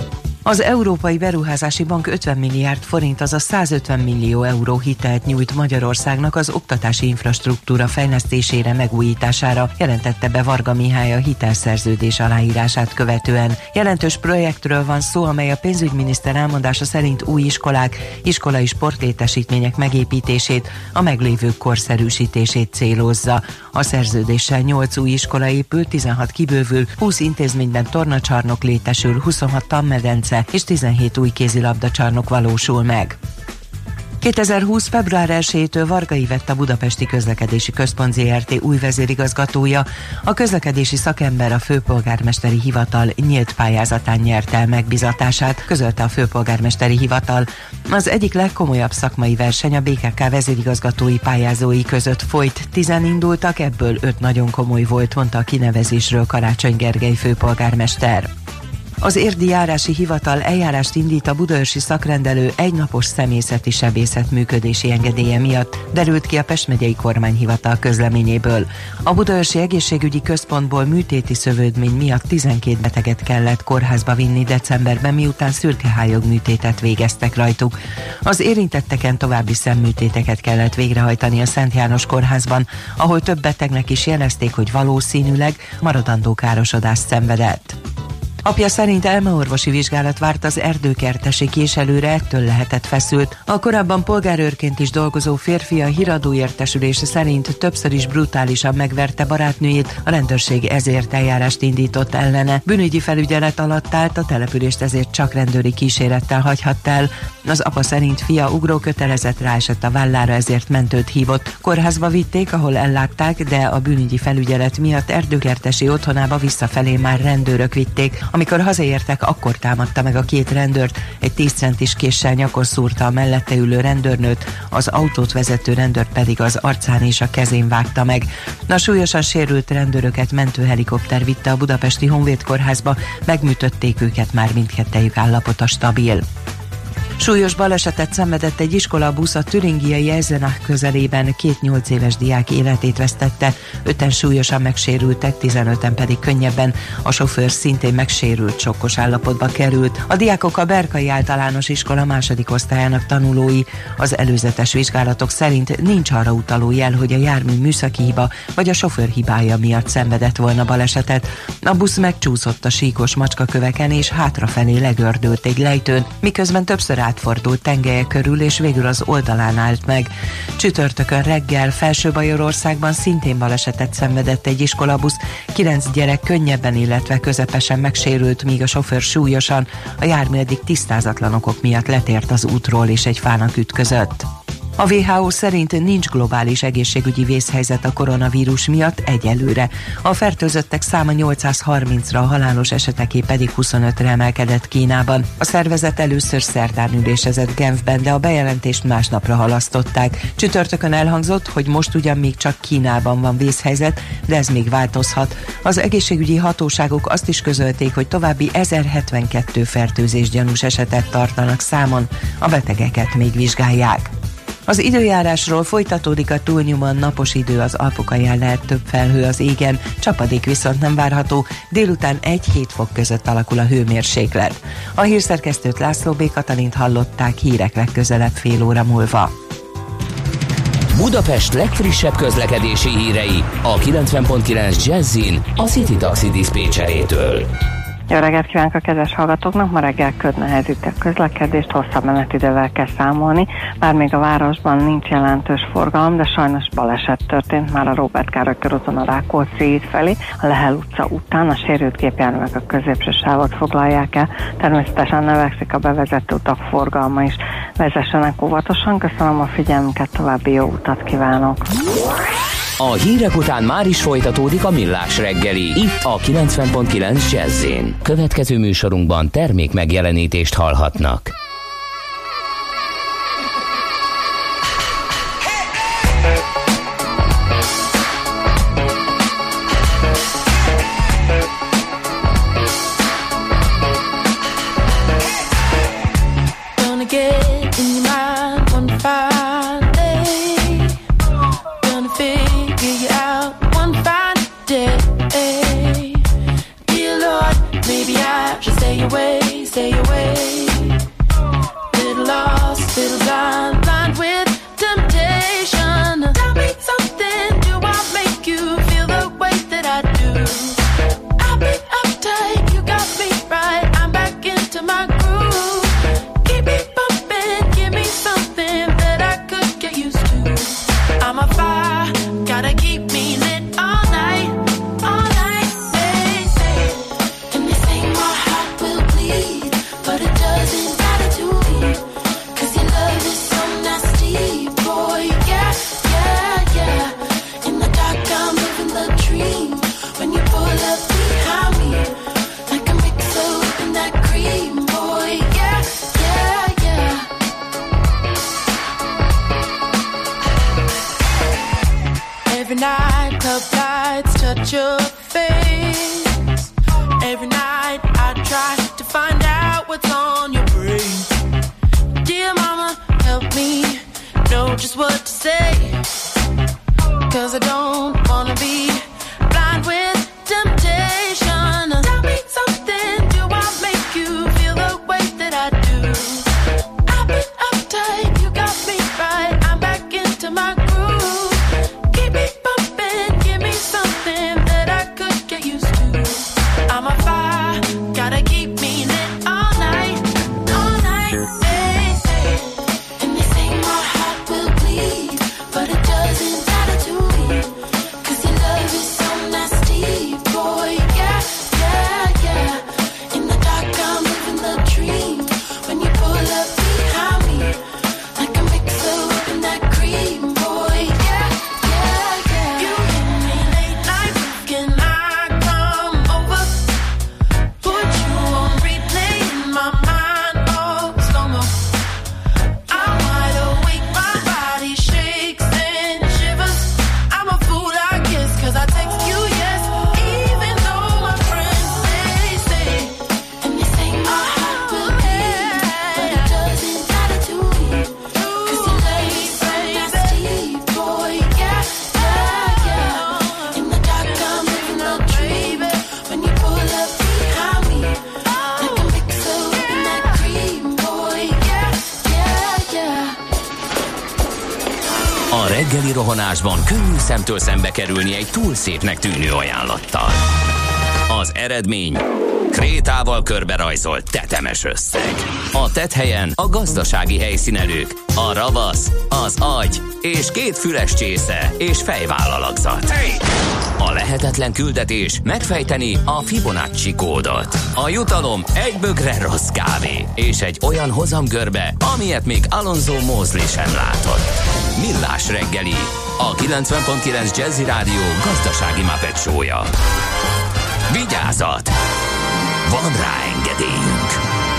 Az Európai Beruházási Bank ötven milliárd forint, azaz százötven millió euró hitelt nyújt Magyarországnak az oktatási infrastruktúra fejlesztésére, megújítására, jelentette be Varga Mihály a hitelszerződés aláírását követően. Jelentős projektről van szó, amely a pénzügyminiszter elmondása szerint új iskolák, iskolai sportlétesítmények megépítését, a meglévők korszerűsítését célozza. A szerződéssel nyolc új iskola épül, tizenhat kibővül, húsz intézményben tornacsarnok létesül, huszonhat tanmedence és tizenhét új kézilabdacsarnok valósul meg. kétezer-húsz február elsejétől Varga Ivett, a Budapesti Közlekedési Központ zé er té új vezérigazgatója. A közlekedési szakember a főpolgármesteri hivatal nyílt pályázatán nyerte el megbízatását, közölte a főpolgármesteri hivatal. Az egyik legkomolyabb szakmai verseny a bé ká ká vezérigazgatói pályázói között folyt. Tizen indultak, ebből öt nagyon komoly volt, mondta a kinevezésről Karácsony Gergely főpolgármester. Az Érdi Járási Hivatal eljárást indít a budaörsi szakrendelő egynapos személyzeti sebészet működési engedélye miatt, derült ki a Pest megyei kormányhivatal közleményéből. A budaörsi egészségügyi központból műtéti szövődmény miatt tizenkét beteget kellett kórházba vinni decemberben, miután szürkehályog műtétet végeztek rajtuk. Az érintetteken további szemműtéteket kellett végrehajtani a Szent János kórházban, ahol több betegnek is jelezték, hogy valószínűleg maradandó károsodást szenvedett. Apja szerint elmeorvosi vizsgálat várt az erdőkertesi késelőre, ettől lehetett feszült. A korábban polgárőrként is dolgozó férfi a híradó értesülése szerint többször is brutálisan megverte barátnőjét, a rendőrség ezért eljárást indított ellene. Bűnügyi felügyelet alatt állt, a települést ezért csak rendőri kísérettel hagyhatta el. Az apa szerint fia ugrókötelezett, ráesett a vállára, ezért mentőt hívott. Kórházba vitték, ahol ellátták, de a bűnügyi felügyelet miatt erdőkertesi otthonába visszafelé már rendőrök vitték. Amikor hazaértek, akkor támadta meg a két rendőrt, egy tíz centis késsel nyakon szúrta a mellette ülő rendőrnőt, az autót vezető rendőr pedig az arcán és a kezén vágta meg. A súlyosan sérült rendőröket mentőhelikopter vitte a budapesti Honvéd kórházba, megműtötték őket, már mindkettejük állapota stabil. Súlyos balesetet szenvedett egy iskolabusz a türingiai Eisenach közelében, két nyolc éves diák életét vesztette, öten súlyosan megsérültek, tizenöten pedig könnyebben. A sofőr szintén megsérült, sokkos állapotba került. A diákok a Berkai Általános Iskola második osztályának tanulói. Az előzetes vizsgálatok szerint nincs arra utaló jel, hogy a jármű műszaki hiba vagy a sofőr hibája miatt szenvedett volna balesetet. A busz megcsúszott a síkos macskaköveken és hátrafelé legördült egy lejtőn, miközben többször átfordult tengelye körül és végül az oldalán állt meg. Csütörtökön reggel Felső-Bajorországban szintén balesetet szenvedett egy iskolabusz, kilenc gyerek könnyebben, illetve közepesen megsérült, míg a sofőr súlyosan. A jármű eddig tisztázatlan okok miatt letért az útról és egy fának ütközött. A dupla vé há ó szerint nincs globális egészségügyi vészhelyzet a koronavírus miatt egyelőre. A fertőzöttek száma nyolcszázharmincra, a halálos eseteké pedig huszonötre emelkedett Kínában. A szervezet először szerdán ülésezett Genfben, de a bejelentést másnapra halasztották. Csütörtökön elhangzott, hogy most ugyan még csak Kínában van vészhelyzet, de ez még változhat. Az egészségügyi hatóságok azt is közölték, hogy további ezerhetvenkettő fertőzés gyanús esetet tartanak számon. A betegeket még vizsgálják. Az időjárásról: folytatódik a túlnyomóan napos idő, az Alpokaján lehet több felhő az égen, csapadék viszont nem várható, délután egy-hét fok között alakul a hőmérséklet. A hírszerkesztőt, László B. Katalint hallották, hírek legközelebb fél óra múlva. Budapest legfrissebb közlekedési hírei a kilencven pont kilenc Jazzin a City Taxi diszpécserétől. Jó reggelt kívánok a kedves hallgatóknak! Ma reggel köd nehezíti a közlekedést, hosszabb menetidővel kell számolni, bár még a városban nincs jelentős forgalom, de sajnos baleset történt már a Róbert Károly körúton a Rákóczi híd felé, a Lehel utca után. A sérült gépjárművek a középső sávot foglalják el, természetesen növekszik a bevezető utak forgalma is. Vezessenek óvatosan, köszönöm a figyelmünket, további jó utat kívánok! A hírek után már is folytatódik a Millás reggeli, itt a kilencven pont kilenc Jazz-én. Következő műsorunkban termék megjelenítést hallhatnak. But it doesn't matter to me, 'cause your love is so nasty. A reggeli rohanásban könnyű szemtől szembe kerülni egy túl szépnek tűnő ajánlattal. Az eredmény krétával körberajzolt tetemes összeg. A tetthelyen a gazdasági helyszínelők, a ravasz, az agy és két füles csésze és fejvállalakzat. A lehetetlen küldetés megfejteni a Fibonacci kódot. A jutalom egy bögre rossz kávé és egy olyan hozamgörbe, amilyet még Alonso Mosley sem látott. Millás reggeli, a kilencven pont kilenc Jazzy Rádió gazdasági Muppet show-ja. Vigyázat! Van rá engedélyünk!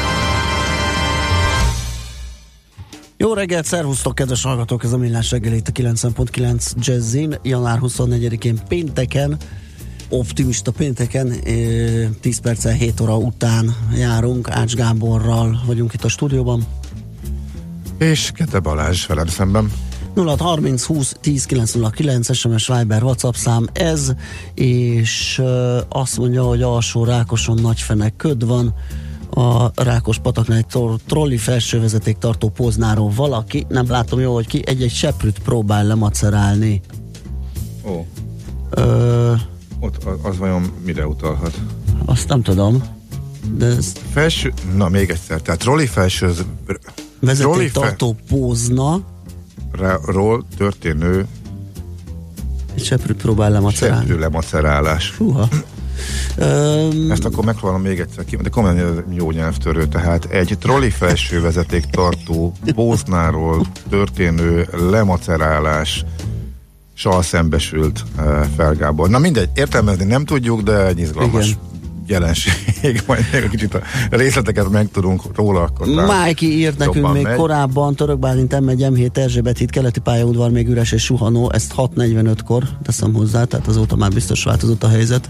Jó reggelt, szervusztok, kedves hallgatók! Ez a Millás reggeli itt a kilencven pont kilenc Jazzin, január huszonnegyedikén pénteken, optimista pénteken, tíz perccel hét óra után járunk, Ács Gáborral vagyunk itt a stúdióban. És Kete Balázs velem szemben. nulla harminc húsz tíz kilenc nulla kilenc es em es Viber WhatsApp szám ez, és uh, azt mondja, hogy alsó Rákoson nagyfenek köd van, a Rákospataknál egy tro- trolli felsővezeték tartó Poznáról valaki, nem látom jól, hogy ki, egy-egy seprűt próbál lemacerálni. Ó. Ö, Ott az vajon mire utalhat? Azt nem tudom. De ez... Felső, na még egyszer, tehát trolli felső vezeték tartó fe... Pozna ról történő egy seprűt próbál lemacerálni. Seprű lemacerálás. Húha. Um, Ezt akkor megpróbálom még egyszer ki, de komolyan jó nyelvtörő, tehát egy trolli felső vezeték tartó Póznáról történő lemacerálás sal szembesült uh, fel Gábor. Na mindegy, értelmezni nem tudjuk, de egy izgalmas igen. jelenség, majd még egy kicsit a részleteket megtudunk róla, akkor Májki írt nekünk még megy. Korábban, Török Bálint em egy em hét Erzsébet híd keleti pályaudvar még üres és suhanó, ezt hat negyvenötkor teszem hozzá, tehát azóta már biztos változott a helyzet.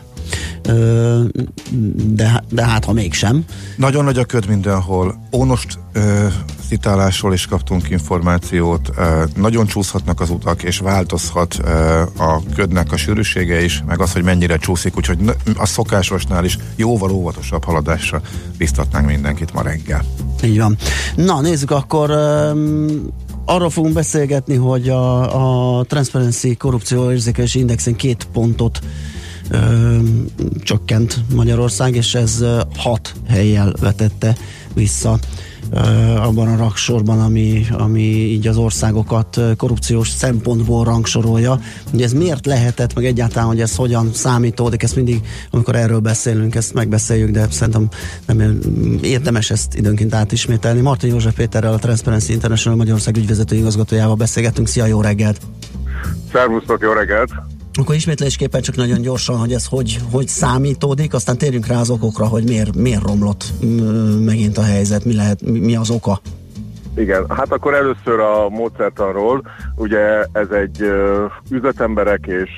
De, de hát ha mégsem. Nagyon nagy a köd mindenhol. Ónost uh, szitálásról is kaptunk információt, uh, nagyon csúszhatnak az utak, és változhat uh, a ködnek a sűrűsége is, meg az, hogy mennyire csúszik, úgyhogy a szokásosnál is jóval óvatosabb haladásra biztatnánk mindenkit ma reggel. Így van. Na, nézzük akkor um, arról fogunk beszélgetni, hogy a, a Transparency korrupció érzékelési indexen két pontot Ö, csökkent Magyarország, és ez hat hellyel vetette vissza ö, abban a rangsorban, ami, ami így az országokat korrupciós szempontból rangsorolja. Ugye ez miért lehetett, meg egyáltalán, hogy ez hogyan számítódik, ezt mindig, amikor erről beszélünk, ezt megbeszéljük, de szerintem nem érdemes ezt időnként átismételni. Martin József Péterrel, a Transparency International Magyarország ügyvezető igazgatójával beszélgettünk. Szia, jó reggelt! Szervusztok, jó reggelt! Akkor ismétlésképpen csak nagyon gyorsan, hogy ez hogy, hogy számítódik, aztán térjünk rá az okokra, hogy miért, miért romlott megint a helyzet, mi, lehet, mi, mi az oka. Igen, hát akkor először a módszertanról, ugye ez egy uh, üzletemberek és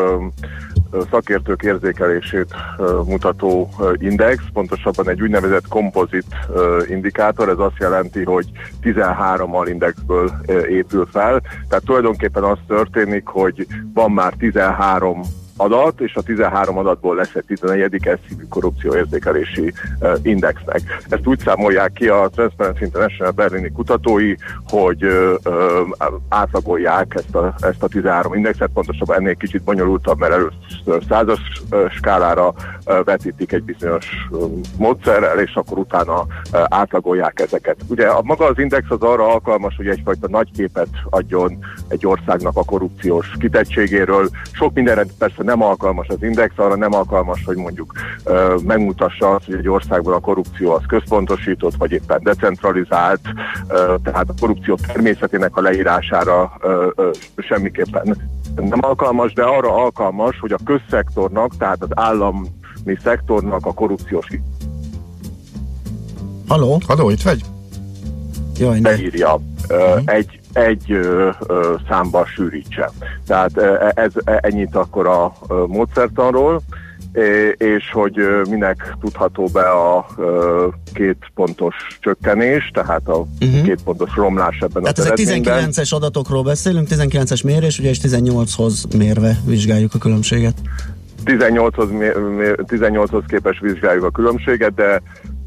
uh, szakértők érzékelését uh, mutató uh, index, pontosabban egy úgynevezett kompozit uh, indikátor, ez azt jelenti, hogy tizenhárom alindexből uh, épül fel, tehát tulajdonképpen az történik, hogy van már tizenhárom adat, és a tizenhárom adatból lesz egy tizennegyedik eszívű korrupcióérzékelési uh, indexnek. Ezt úgy számolják ki a Transparency International berlini kutatói, hogy uh, uh, átlagolják ezt a, ezt a tizenhárom indexet, pontosabban ennél kicsit bonyolultabb, mert először százas uh, skálára uh, vetítik egy bizonyos uh, módszerrel, és akkor utána uh, átlagolják ezeket. Ugye a maga az index az arra alkalmas, hogy egyfajta nagyképet adjon egy országnak a korrupciós kitettségéről. Sok mindenre persze nem alkalmas az index, arra nem alkalmas, hogy mondjuk uh, megmutassa azt, hogy egy országban a korrupció az központosított, vagy éppen decentralizált, uh, tehát a korrupció természetének a leírására uh, uh, semmiképpen nem alkalmas, de arra alkalmas, hogy a közszektornak, tehát az állami szektornak a korrupciós Halló? Halló, itt vagy? Jaj, beírja uh, uh-huh. egy egy ö, ö, számba sűrítse. Tehát ez ennyit akkor a ö, módszertanról, és hogy ö, minek tudható be a ö, két pontos csökkenés, tehát a uh-huh. két pontos romlás ebben tehát az eredményben. Tehát tizenkilences adatokról beszélünk, tizenkilences mérés, ugye és tizennyolchoz mérve vizsgáljuk a különbséget. tizennyolchoz, tizennyolchoz képest vizsgáljuk a különbséget, de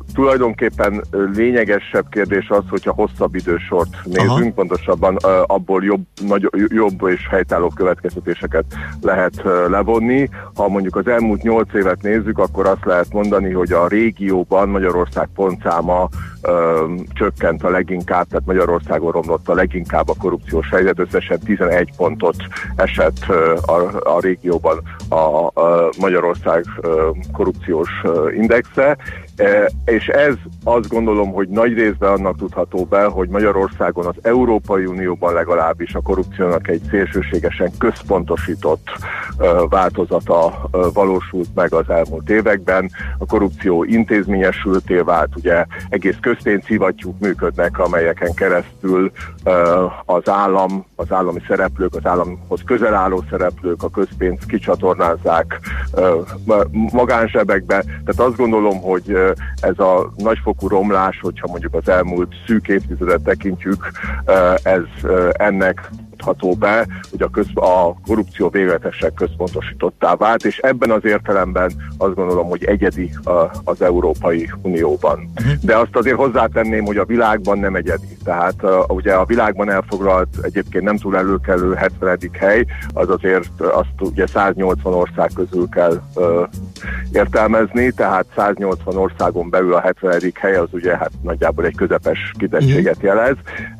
tulajdonképpen lényegesebb kérdés az, hogyha hosszabb idősort nézünk, Aha. pontosabban abból jobb, nagy, jobb és helytállóbb következtetéseket lehet levonni. Ha mondjuk az elmúlt nyolc évet nézzük, akkor azt lehet mondani, hogy a régióban Magyarország pontszáma ö, csökkent a leginkább, tehát Magyarországon romlott a leginkább a korrupciós helyzet, összesen tizenegy pontot esett ö, a, a régióban a, a Magyarország ö, korrupciós ö, indexe, e, és ez azt gondolom, hogy nagy részben annak tudható be, hogy Magyarországon az Európai Unióban legalábbis a korrupciónak egy szélsőségesen központosított ö, változata ö, valósult meg az elmúlt években. A korrupció intézményesülté vált, ugye egész közpénzhivattyúk működnek, amelyeken keresztül uh, az állam, az állami szereplők, az államhoz közel álló szereplők a közpénzt kicsatornázzák uh, magánzsebekbe. Tehát azt gondolom, hogy uh, ez a nagyfokú romlás, hogyha mondjuk az elmúlt szűk évtizedet tekintjük, uh, ez uh, ennek ható be, hogy a, köz, a korrupció végletesen központosítottá vált, és ebben az értelemben azt gondolom, hogy egyedi a, az Európai Unióban. De azt azért hozzátenném, hogy a világban nem egyedi. Tehát a, ugye a világban elfoglalt egyébként nem túl előkelő hetvenedik hely, az azért azt ugye száznyolcvan ország közül kell ö, értelmezni, tehát száznyolcvan országon belül a hetvenedik hely az ugye hát nagyjából egy közepes kitettséget jelez.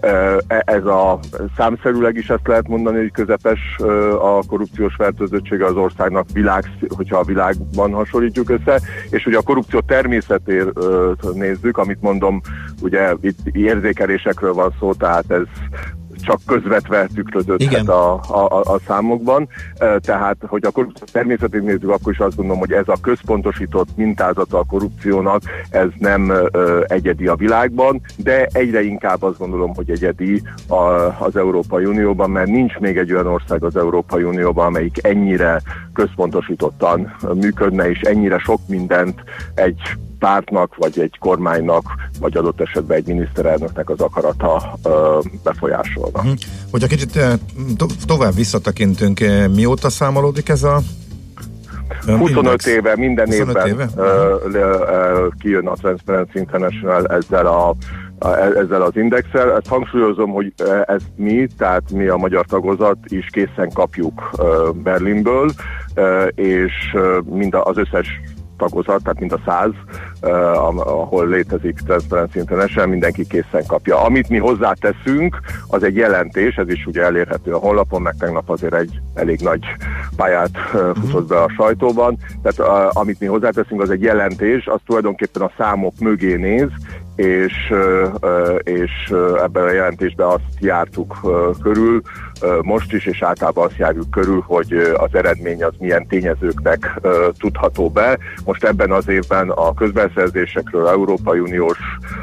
Ez a számszerűleg is ezt lehet mondani, hogy közepes a korrupciós fertőzöttsége az országnak, világ, hogyha a világban hasonlítjuk össze, és ugye a korrupció természetét nézzük, amit mondom, ugye itt érzékelésekről van szó, tehát ez csak közvetve tükröződhet a, a, a számokban. Tehát, hogy a korrupció természetét nézzük, akkor is azt gondolom, hogy ez a központosított mintázata a korrupciónak, ez nem ö, egyedi a világban, de egyre inkább azt gondolom, hogy egyedi a, az Európai Unióban, mert nincs még egy olyan ország az Európai Unióban, amelyik ennyire központosítottan működne, és ennyire sok mindent egy pártnak, vagy egy kormánynak, vagy adott esetben egy miniszterelnöknek az akarata ö, befolyásolna. Uh-huh. Hogyha kicsit to- tovább visszatekintünk, mióta számolódik ez a huszonöt index? éve, minden évben éve? Ö, ö, kijön a Transparency International ezzel a ezzel az indexel. Ezt hangsúlyozom, hogy ezt mi, tehát mi a magyar tagozat is készen kapjuk Berlinből, és mind az összes tagozat, tehát mind a száz, uh, ahol létezik Transparency International, mindenki készen kapja. Amit mi hozzáteszünk, az egy jelentés, ez is ugye elérhető a honlapon, meg tegnap azért egy elég nagy pályát uh, futott be a sajtóban, tehát uh, amit mi hozzáteszünk, az egy jelentés, az tulajdonképpen a számok mögé néz, és, és ebben a jelentésben azt jártuk körül, most is, és általában azt járjuk körül, hogy az eredmény az milyen tényezőknek tudható be. Most ebben az évben a közbeszerzésekről, Európai Uniós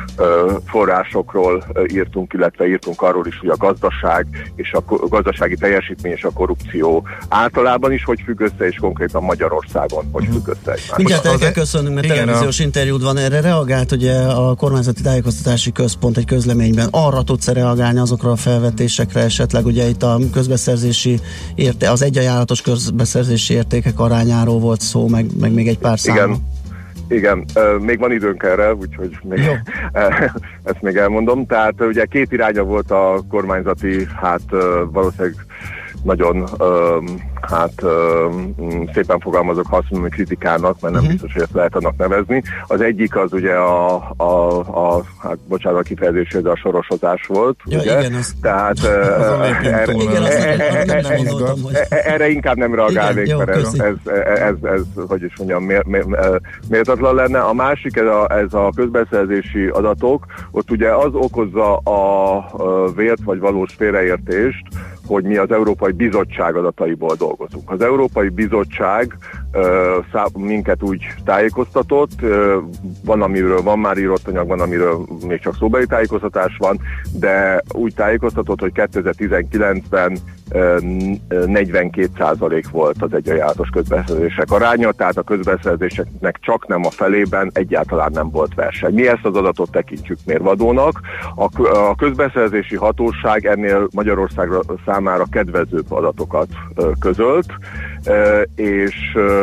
forrásokról írtunk, illetve írtunk arról is, hogy a gazdaság és a gazdasági teljesítmény és a korrupció általában is hogy függ össze, és konkrétan Magyarországon hogy függ össze. Mindjárt el kell köszönnünk, mert televíziós interjút van, erre reagált ugye a kormányzati tájékoztatási központ egy közleményben. Arra tudsz reagálni azokra a felvetésekre esetleg, ugye itt a közbeszerzési érté, az egyajánlatos közbeszerzési értékek arányáról volt szó, meg, meg még egy pár szám. Igen. Igen, még van időnk erre, úgyhogy még ezt még elmondom. Tehát ugye két iránya volt a kormányzati, hát valószínűleg nagyon hát szépen fogalmazok, ha azt mondom, hogy kritikának, mert nem uh-huh. biztos, hogy ezt lehet annak nevezni. Az egyik az ugye a, a, a hát bocsánat a kifejezésre, de a sorosozás volt. Ja, ugye? Igen, az, Tehát erre inkább nem reagálnék, igen, mert ez, ez, ez, ez, ez, hogy is mondjam, mér, mér, méltatlan lenne. A másik, ez a, ez a közbeszerzési adatok, ott ugye az okozza a vélt vagy valós félreértést, hogy mi az Európai Bizottság adataiból dolgozunk. Az Európai Bizottság uh, szá- minket úgy tájékoztatott, uh, van, amiről van már írott anyag, van, amiről még csak szóbeli tájékoztatás van, de úgy tájékoztatott, hogy kétezer-tizenkilencben uh, negyvenkét százalék volt az egyajánlatos közbeszerzések aránya, tehát a közbeszerzéseknek csak nem a felében egyáltalán nem volt verseny. Mi ezt az adatot tekintjük mérvadónak. A, a közbeszerzési hatóság ennél Magyarországra számára kedvezőbb adatokat uh, közölt, uh, és uh,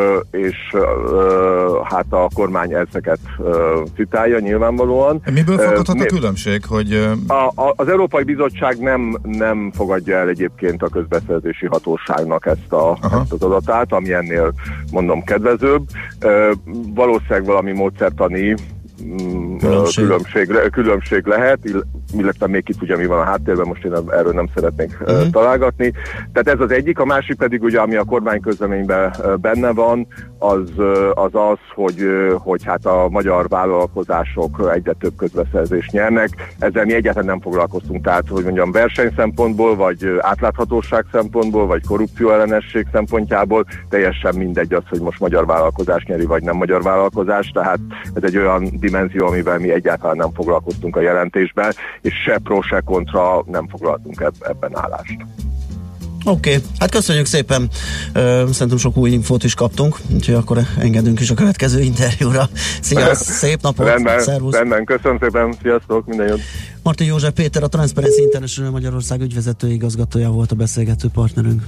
és hát a kormány ezeket citálja nyilvánvalóan. Miből fakadhat a különbség, hogy... A, a, az Európai Bizottság nem, nem fogadja el egyébként a közbeszerzési hatóságnak ezt, a, ezt az adatát, ami ennél mondom kedvezőbb. Valószínűleg valami módszertani Különbség. Különbség, különbség lehet, illetve még ki tudja, mi van a háttérben, most én erről nem szeretnék uh-huh. találgatni. Tehát ez az egyik, a másik pedig ugye, ami a kormányközleményben benne van, az az, az hogy, hogy hát a magyar vállalkozások egyre több közbeszerzést nyernek. Ezzel mi egyáltalán nem foglalkoztunk, tehát hogy mondjam, verseny szempontból, vagy átláthatóság szempontból, vagy korrupcióellenesség szempontjából teljesen mindegy az, hogy most magyar vállalkozás nyeri, vagy nem magyar vállalkozás, tehát ez egy olyan dimenzió, amivel mi egyáltalán nem foglalkoztunk a jelentésben, és se pro, se kontra nem foglaltunk eb- ebben állást. Oké, okay. Hát köszönjük szépen, uh, szerintem sok új infót is kaptunk, úgyhogy akkor engedünk is a következő interjúra. Szia, szép napot, rendben, szervusz! Rendben, köszönöm szépen, sziasztok, minden jót! Martin József Péter, a Transparency International Magyarország ügyvezető igazgatója volt a beszélgető partnerünk.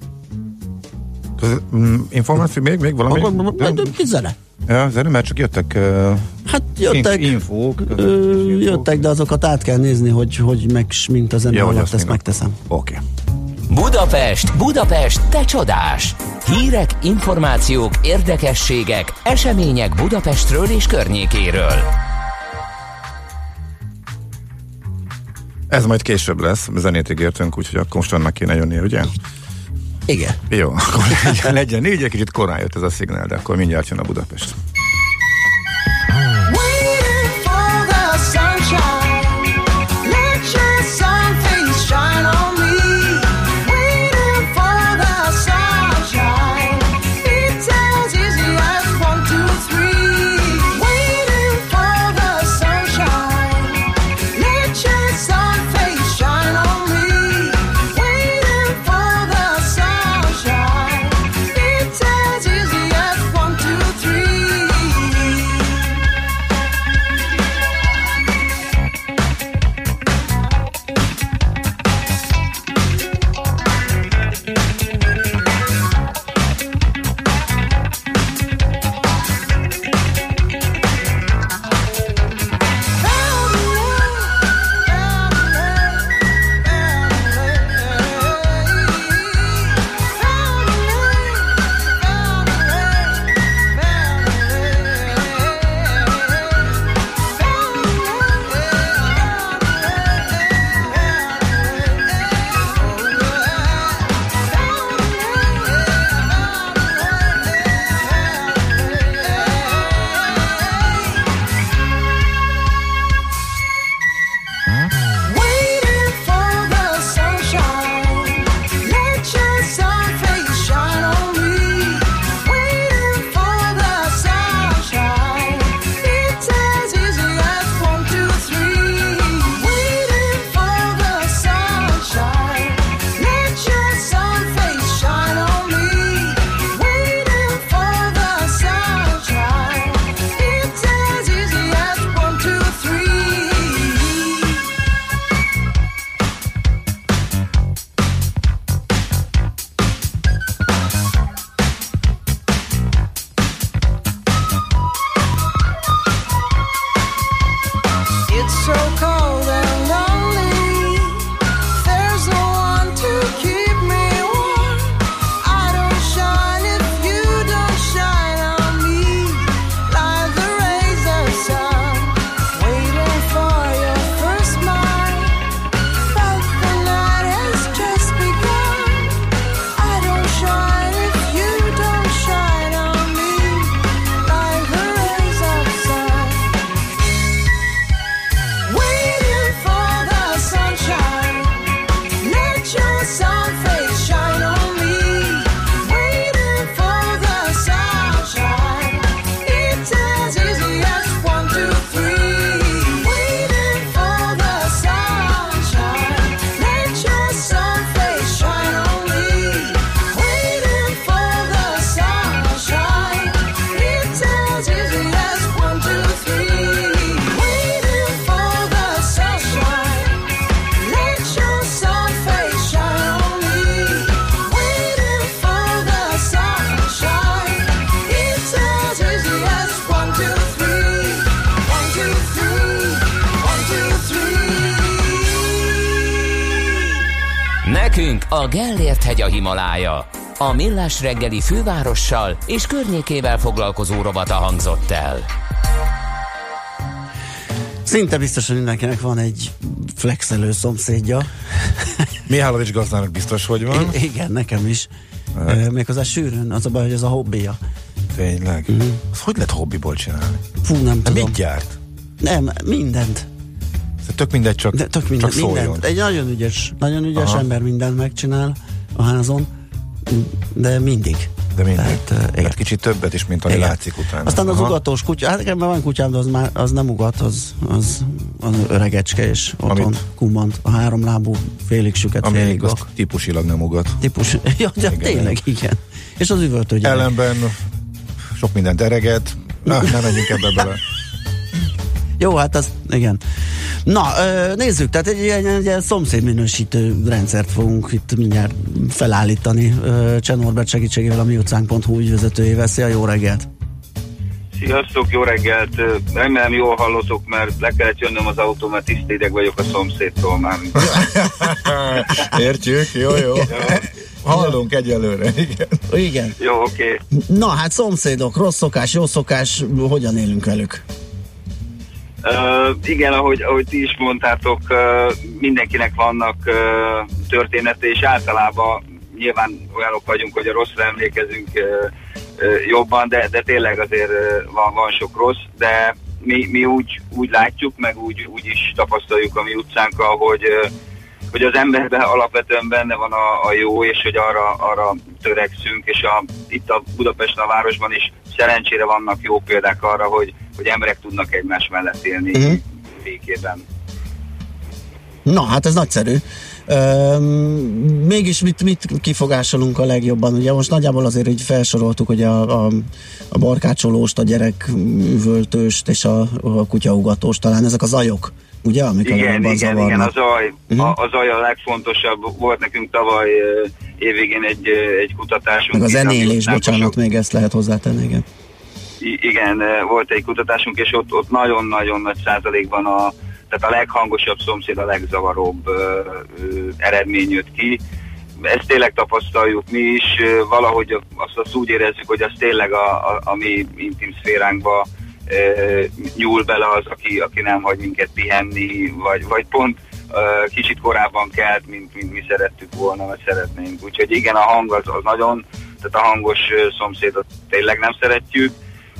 Információ még, még valami? Zene. Ja, zene, mert csak jöttek uh, hát jöttek, infók. Ö, jöttek, de azokat át kell nézni, hogy, hogy meg mint a zene ja, alatt ezt megteszem. Oké. Okay. Budapest, Budapest, te csodás! Hírek, információk, érdekességek, események Budapestről és környékéről. Ez majd később lesz, zenét ígértünk, úgyhogy akkor most annak kéne jönni, ugye? Igen. Jó, akkor legyen, legyen négy, egy kicsit korán jött ez a szignál, de akkor mindjárt jön a Budapest. Three Nekünk a Gellért hegy a Himalája. A Millás reggeli fővárossal és környékével foglalkozó rovata hangzott el. Szinte biztos, hogy mindenkinek van egy flexelő szomszédja. Mihálovics gazdának biztos, hogy van. I- igen, nekem is. E, méghozzá sűrűn, az a baj, hogy ez a hobbija. Tényleg? Uh-huh. Azt hogy lehet hobbiból csinálni? Fú, nem De tudom. mit gyárt? Nem, mindent. De tök mindegy, csak, De tök minden, csak szóljon. mindent. Egy nagyon ügyes, nagyon ügyes Aha. ember mindent megcsinál a házon, de mindig. De mindig. Tehát, uh, hát kicsit többet is, mint ami igen. látszik utána. Aztán az Aha. ugatós kutya, hát nekem van kutyám, de az, már, az nem ugat, az, az, az öregecske, és otthon Amit? kummant, a háromlábú, félig süket, Ami félig azt vak. típusilag nem ugat. Típus, ja, de Igen. tényleg, igen. És az üvöltő gyerek. Ellenben sok mindent ereget. Na, nem menjünk ebbe bele. Jó, hát az, igen. Na, ö, nézzük, tehát egy ilyen, egy ilyen szomszédminősítő rendszert fogunk itt mindjárt felállítani. Cseh Norbert segítségével, a mi utcánk pont hu ügyvezetőjével. Szia, jó reggelt! Sziasztok, jó reggelt! Remélem jól hallotok, mert le kellett jönnöm az autó, mert tisztédeg vagyok a szomszédtól már. Értjük, jó, jó. Hallunk egyelőre, igen. Igen. Jó, oké. Okay. Na, hát szomszédok, rossz szokás, jó szokás, hogyan élünk velük? Uh, igen, ahogy, ahogy ti is mondtátok, uh, mindenkinek vannak uh, története, és általában nyilván olyanok vagyunk, hogy a rosszra emlékezünk uh, uh, jobban, de, de tényleg azért uh, van, van sok rossz, de mi, mi úgy, úgy látjuk, meg úgy, úgy is tapasztaljuk a mi utcánkkal, hogy, uh, hogy az emberben alapvetően benne van a, a jó, és hogy arra, arra törekszünk, és a, itt a Budapesten, a városban is szerencsére vannak jó példák arra, hogy, hogy emberek tudnak egymás mellett élni uh-huh. békében. Na, hát ez nagyszerű. Üm, mégis mit, mit kifogásolunk a legjobban? Ugye most nagyjából azért így felsoroltuk, hogy a, a, a barkácsolóst, a gyereküvöltőst és a, a kutyaugatóst, talán ezek a zajok, ugye? Amik igen, igen, zavarnak. igen, a zaj, uh-huh. a, a zaj a legfontosabb. Volt nekünk tavaly évvégén egy, egy kutatásunk. Meg a zenélés, bocsánat, még ezt lehet hozzátenni, igen. I- igen, volt egy kutatásunk, és ott, ott nagyon-nagyon nagy százalékban a, tehát a leghangosabb szomszéd a legzavaróbb ö, ö, eredmény jött ki. Ezt tényleg tapasztaljuk mi is, valahogy azt, azt úgy érezzük, hogy az tényleg a, a, a mi intim szféránkba ö, nyúl bele az, aki, aki nem hagy minket pihenni, vagy, vagy pont ö, kicsit korábban kelt, mint, mint mi szerettük volna, vagy szeretnénk. Úgyhogy igen, a hang az, az nagyon, tehát a hangos szomszédot tényleg nem szeretjük.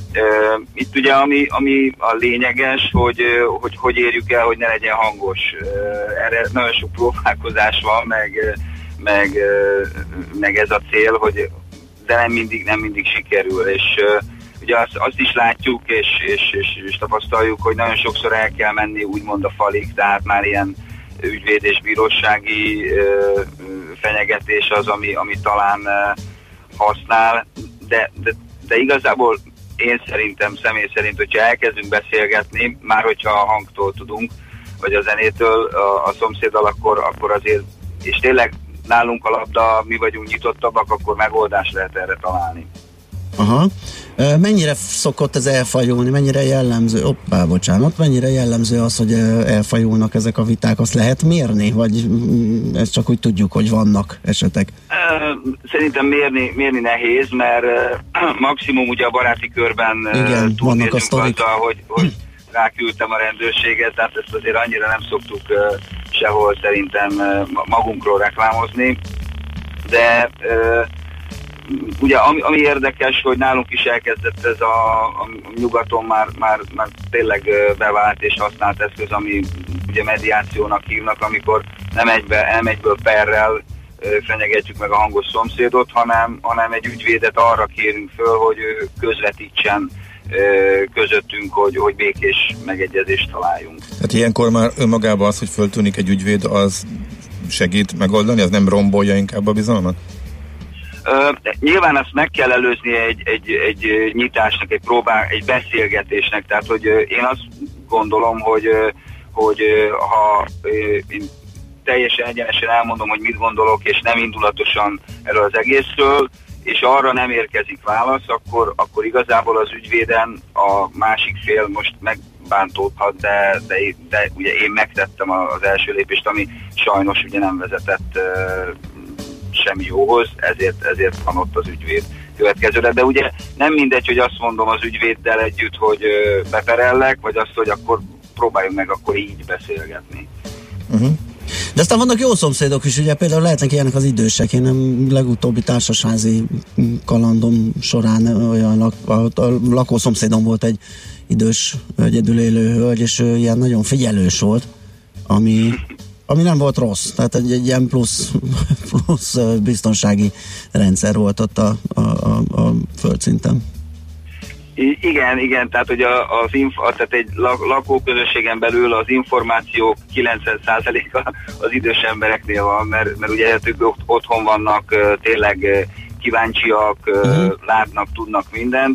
Uh, itt ugye ami, ami a lényeges, hogy, uh, hogy hogy érjük el, hogy ne legyen hangos. Uh, erre nagyon sok próbálkozás van, meg, uh, meg, uh, meg ez a cél, hogy de nem mindig, nem mindig sikerül. És uh, ugye azt, azt is látjuk, és, és, és, és tapasztaljuk, hogy nagyon sokszor el kell menni úgymond a falig, tehát már ilyen ügyvéd és bírósági uh, fenyegetés az, ami, ami talán uh, használ, de, de, de igazából én szerintem, személy szerint, hogyha elkezdünk beszélgetni, már hogyha a hangtól tudunk, vagy a zenétől, a, a szomszéddal, akkor, akkor azért, és tényleg nálunk a labda, mi vagyunk nyitottabbak, akkor megoldást lehet erre találni. Aha. Mennyire szokott ez elfajulni, mennyire jellemző, oppá, bocsánat, mennyire jellemző az, hogy elfajulnak ezek a viták, azt lehet mérni, vagy ezt csak úgy tudjuk, hogy vannak esetek? Szerintem mérni, mérni nehéz, mert maximum ugye a baráti körben igen, vannak a sztorik. Azzal, hogy, hogy ráküldtem a rendőrséget, tehát ezt azért annyira nem szoktuk sehol szerintem magunkról reklámozni, de ugye ami, ami érdekes, hogy nálunk is elkezdett ez a, a nyugaton már, már, már tényleg bevált és használt eszköz, ami ugye mediációnak hívnak, amikor nem egybe, elmegyből perrel fenyegetjük meg a hangos szomszédot, hanem, hanem egy ügyvédet arra kérünk föl, hogy ő közvetítsen közöttünk, hogy, hogy békés megegyezést találjunk. Tehát ilyenkor már önmagában az, hogy föltűnik egy ügyvéd, az segít megoldani, az nem rombolja inkább a bizalmat? Uh, nyilván azt meg kell előzni egy, egy, egy nyitásnak, egy próbál, egy beszélgetésnek, tehát hogy uh, én azt gondolom, hogy, uh, hogy uh, ha uh, én teljesen egyenesen elmondom, hogy mit gondolok, és nem indulatosan erről az egészről, és arra nem érkezik válasz, akkor, akkor igazából az ügyvéden a másik fél most meg megbántódhat, de, de, de ugye én megtettem az első lépést, ami sajnos ugye nem vezetett uh, semmi jóhoz, ezért, ezért van ott az ügyvéd következőre, de ugye nem mindegy, hogy azt mondom az ügyvéddel együtt, hogy uh, beperellek, vagy azt, hogy akkor próbáljunk meg akkor így beszélgetni. Uh-huh. De aztán vannak jó szomszédok is, ugye például lehetnek ilyenek az idősek. Én nem legutóbbi társasházi kalandom során olyan lak, a, a lakószomszédom volt egy idős, egyedül élő hölgy, és ő ilyen nagyon figyelős volt, ami, ami nem volt rossz. Tehát egy, egy ilyen plusz, plusz biztonsági rendszer volt ott a, a, a, a földszinten. I- igen, igen, tehát hogy a, az inf- tehát egy lakóközösségen belül az információk kilencven százaléka az idős embereknél van, mert, mert ugye ők otthon vannak, tényleg kíváncsiak, uh-huh. látnak, tudnak mindent,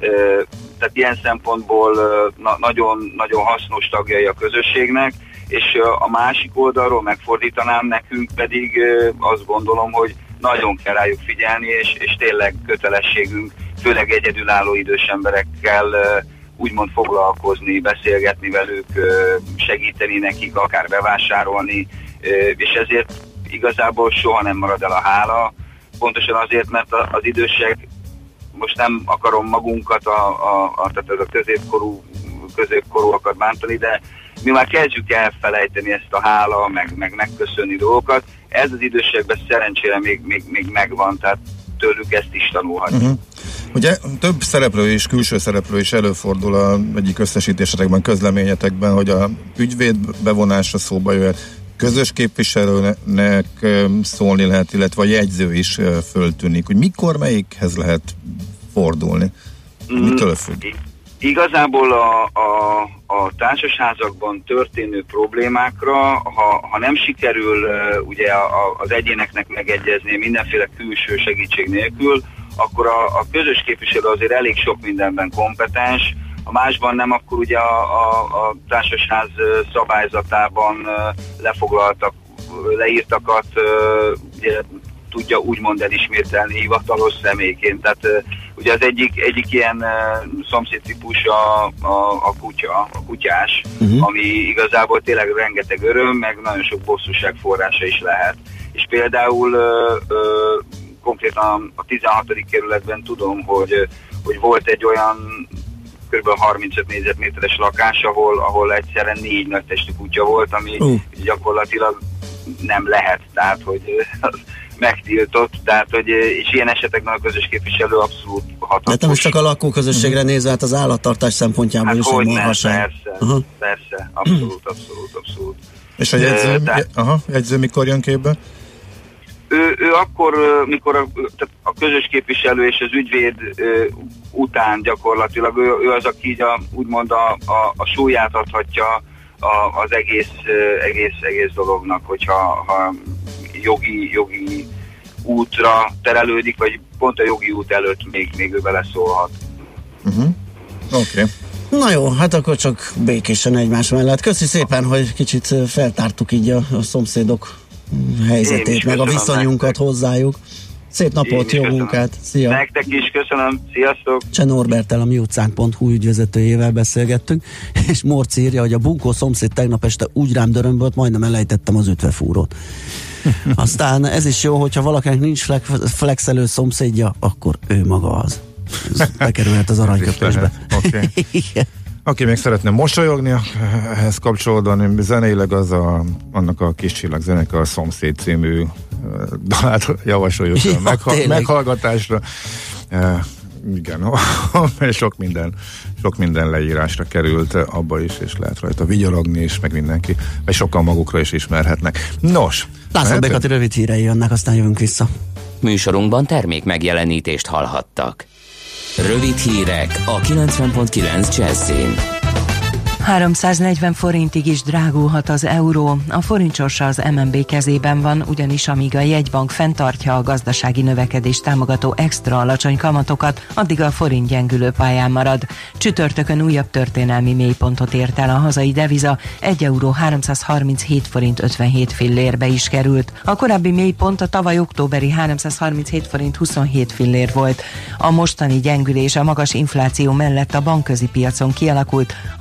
tehát ilyen szempontból na- nagyon, nagyon hasznos tagjai a közösségnek, és a másik oldalról megfordítanám, nekünk pedig azt gondolom, hogy nagyon kell rájuk figyelni, és, és tényleg kötelességünk, főleg egyedülálló idős emberekkel úgymond foglalkozni, beszélgetni velük, segíteni nekik, akár bevásárolni, és ezért igazából soha nem marad el a hála, pontosan azért, mert az idősek, most nem akarom magunkat, a, a, a, tehát ez a középkorú, középkorúakat bántani, de mi már kezdjük elfelejteni ezt a hála, meg, meg megköszönni dolgokat. Ez az idősekben szerencsére még, még, még megvan, tehát tőlük ezt is tanulhatjuk. Uh-huh. Ugye több szereplő és külső szereplő is előfordul a egyik összesítésetekben, közleményetekben, hogy a ügyvéd bevonásra szóba jöhet, közös képviselőnek szólni lehet, illetve a jegyző is föltűnik, hogy mikor melyikhez lehet fordulni? Mitől függ? Igazából a, a, a társasházakban történő problémákra, ha, ha nem sikerül uh, ugye a, a, az egyéneknek megegyezni mindenféle külső segítség nélkül, akkor a, a közös képviselő azért elég sok mindenben kompetens, ha másban nem, akkor ugye a, a, a társasház szabályzatában uh, lefoglaltak, leírtakat uh, ugye, tudja úgymond elismételni hivatalos személyként. Tehát uh, ugye az egyik, egyik ilyen uh, szomszédtípus a, a, a kutya, a kutyás, uh-huh. ami igazából tényleg rengeteg öröm, meg nagyon sok bosszúság forrása is lehet. És például uh, uh, konkrétan a tizenhatodik kerületben tudom, hogy, hogy volt egy olyan kb. harmincöt négyzetméteres lakás, ahol, ahol egyszerre négy nagy testű kutya volt, ami uh. gyakorlatilag nem lehet, tehát hogy megtiltott, tehát hogy és ilyen esetekben a közös képviselő abszolút hatalmas. De nem csak a lakóközösségre uh-huh. nézve, hát az állattartás szempontjából hát is egy marhaság. Persze, uh-huh. persze, abszolút, abszolút, abszolút. És a jegyző, uh, tehát, aha, jegyző mikor jön képbe? Ő, ő akkor, mikor a, tehát a közös képviselő és az ügyvéd ő, után gyakorlatilag ő, ő az, aki így a, úgymond a, a, a súlyát adhatja a, az egész, egész, egész dolognak, hogyha ha jogi, jogi útra terelődik, vagy pont a jogi út előtt még, még ő beleszólhat. Uh-huh. Oké. Okay. Na jó, hát akkor csak békésen egymás mellett. Köszi szépen, hogy kicsit feltártuk így a, a szomszédok helyzetét, meg a viszonyunkat nektek hozzájuk. Szép napot, jó munkát, szia! Nektek is köszönöm, sziasztok! Cseh Norberttel, a mi utcánk pont hu ügyvezetőjével beszélgettünk, és Morci írja, hogy a bunkó szomszéd tegnap este úgy rám dörömbölt, majdnem elejtettem az ütvefúrót. Aztán ez is jó, hogyha valakinek nincs flexelő szomszédja, akkor ő maga az. Ez bekerülhet az aranyköpésbe. Oké. Aki még szeretne mosolyogni, ehhez kapcsolódóan zeneileg az a, annak a kis csillag zenekar Szomszéd című dalát javasoljuk ja, a megha- meghallgatásra. E, igen, sok minden, sok minden leírásra került abba is, és lehet rajta vigyorogni is, meg mindenki, vagy sokan magukra is ismerhetnek. Nos! László Békati rövid hírei jönnek, aztán jövünk vissza. Műsorunkban termék megjelenítést hallhattak. Rövid hírek a kilencven pont kilenc Jazzin. háromszáznegyven forintig is drágulhat az euró. A forint sorsa az em en bé kezében van, ugyanis amíg a jegybank fenntartja a gazdasági növekedést támogató extra alacsony kamatokat, addig a forint gyengülő pályán marad. Csütörtökön újabb történelmi mélypontot ért el a hazai deviza, egy euró háromszázharminchét forint ötvenhét fillérbe is került. A korábbi mélypont a tavaly októberi háromszázharminchét forint huszonhét fillér volt. A mostani gyengülés a magas infláció mellett a bankközi piacon kialakult, a szokottnál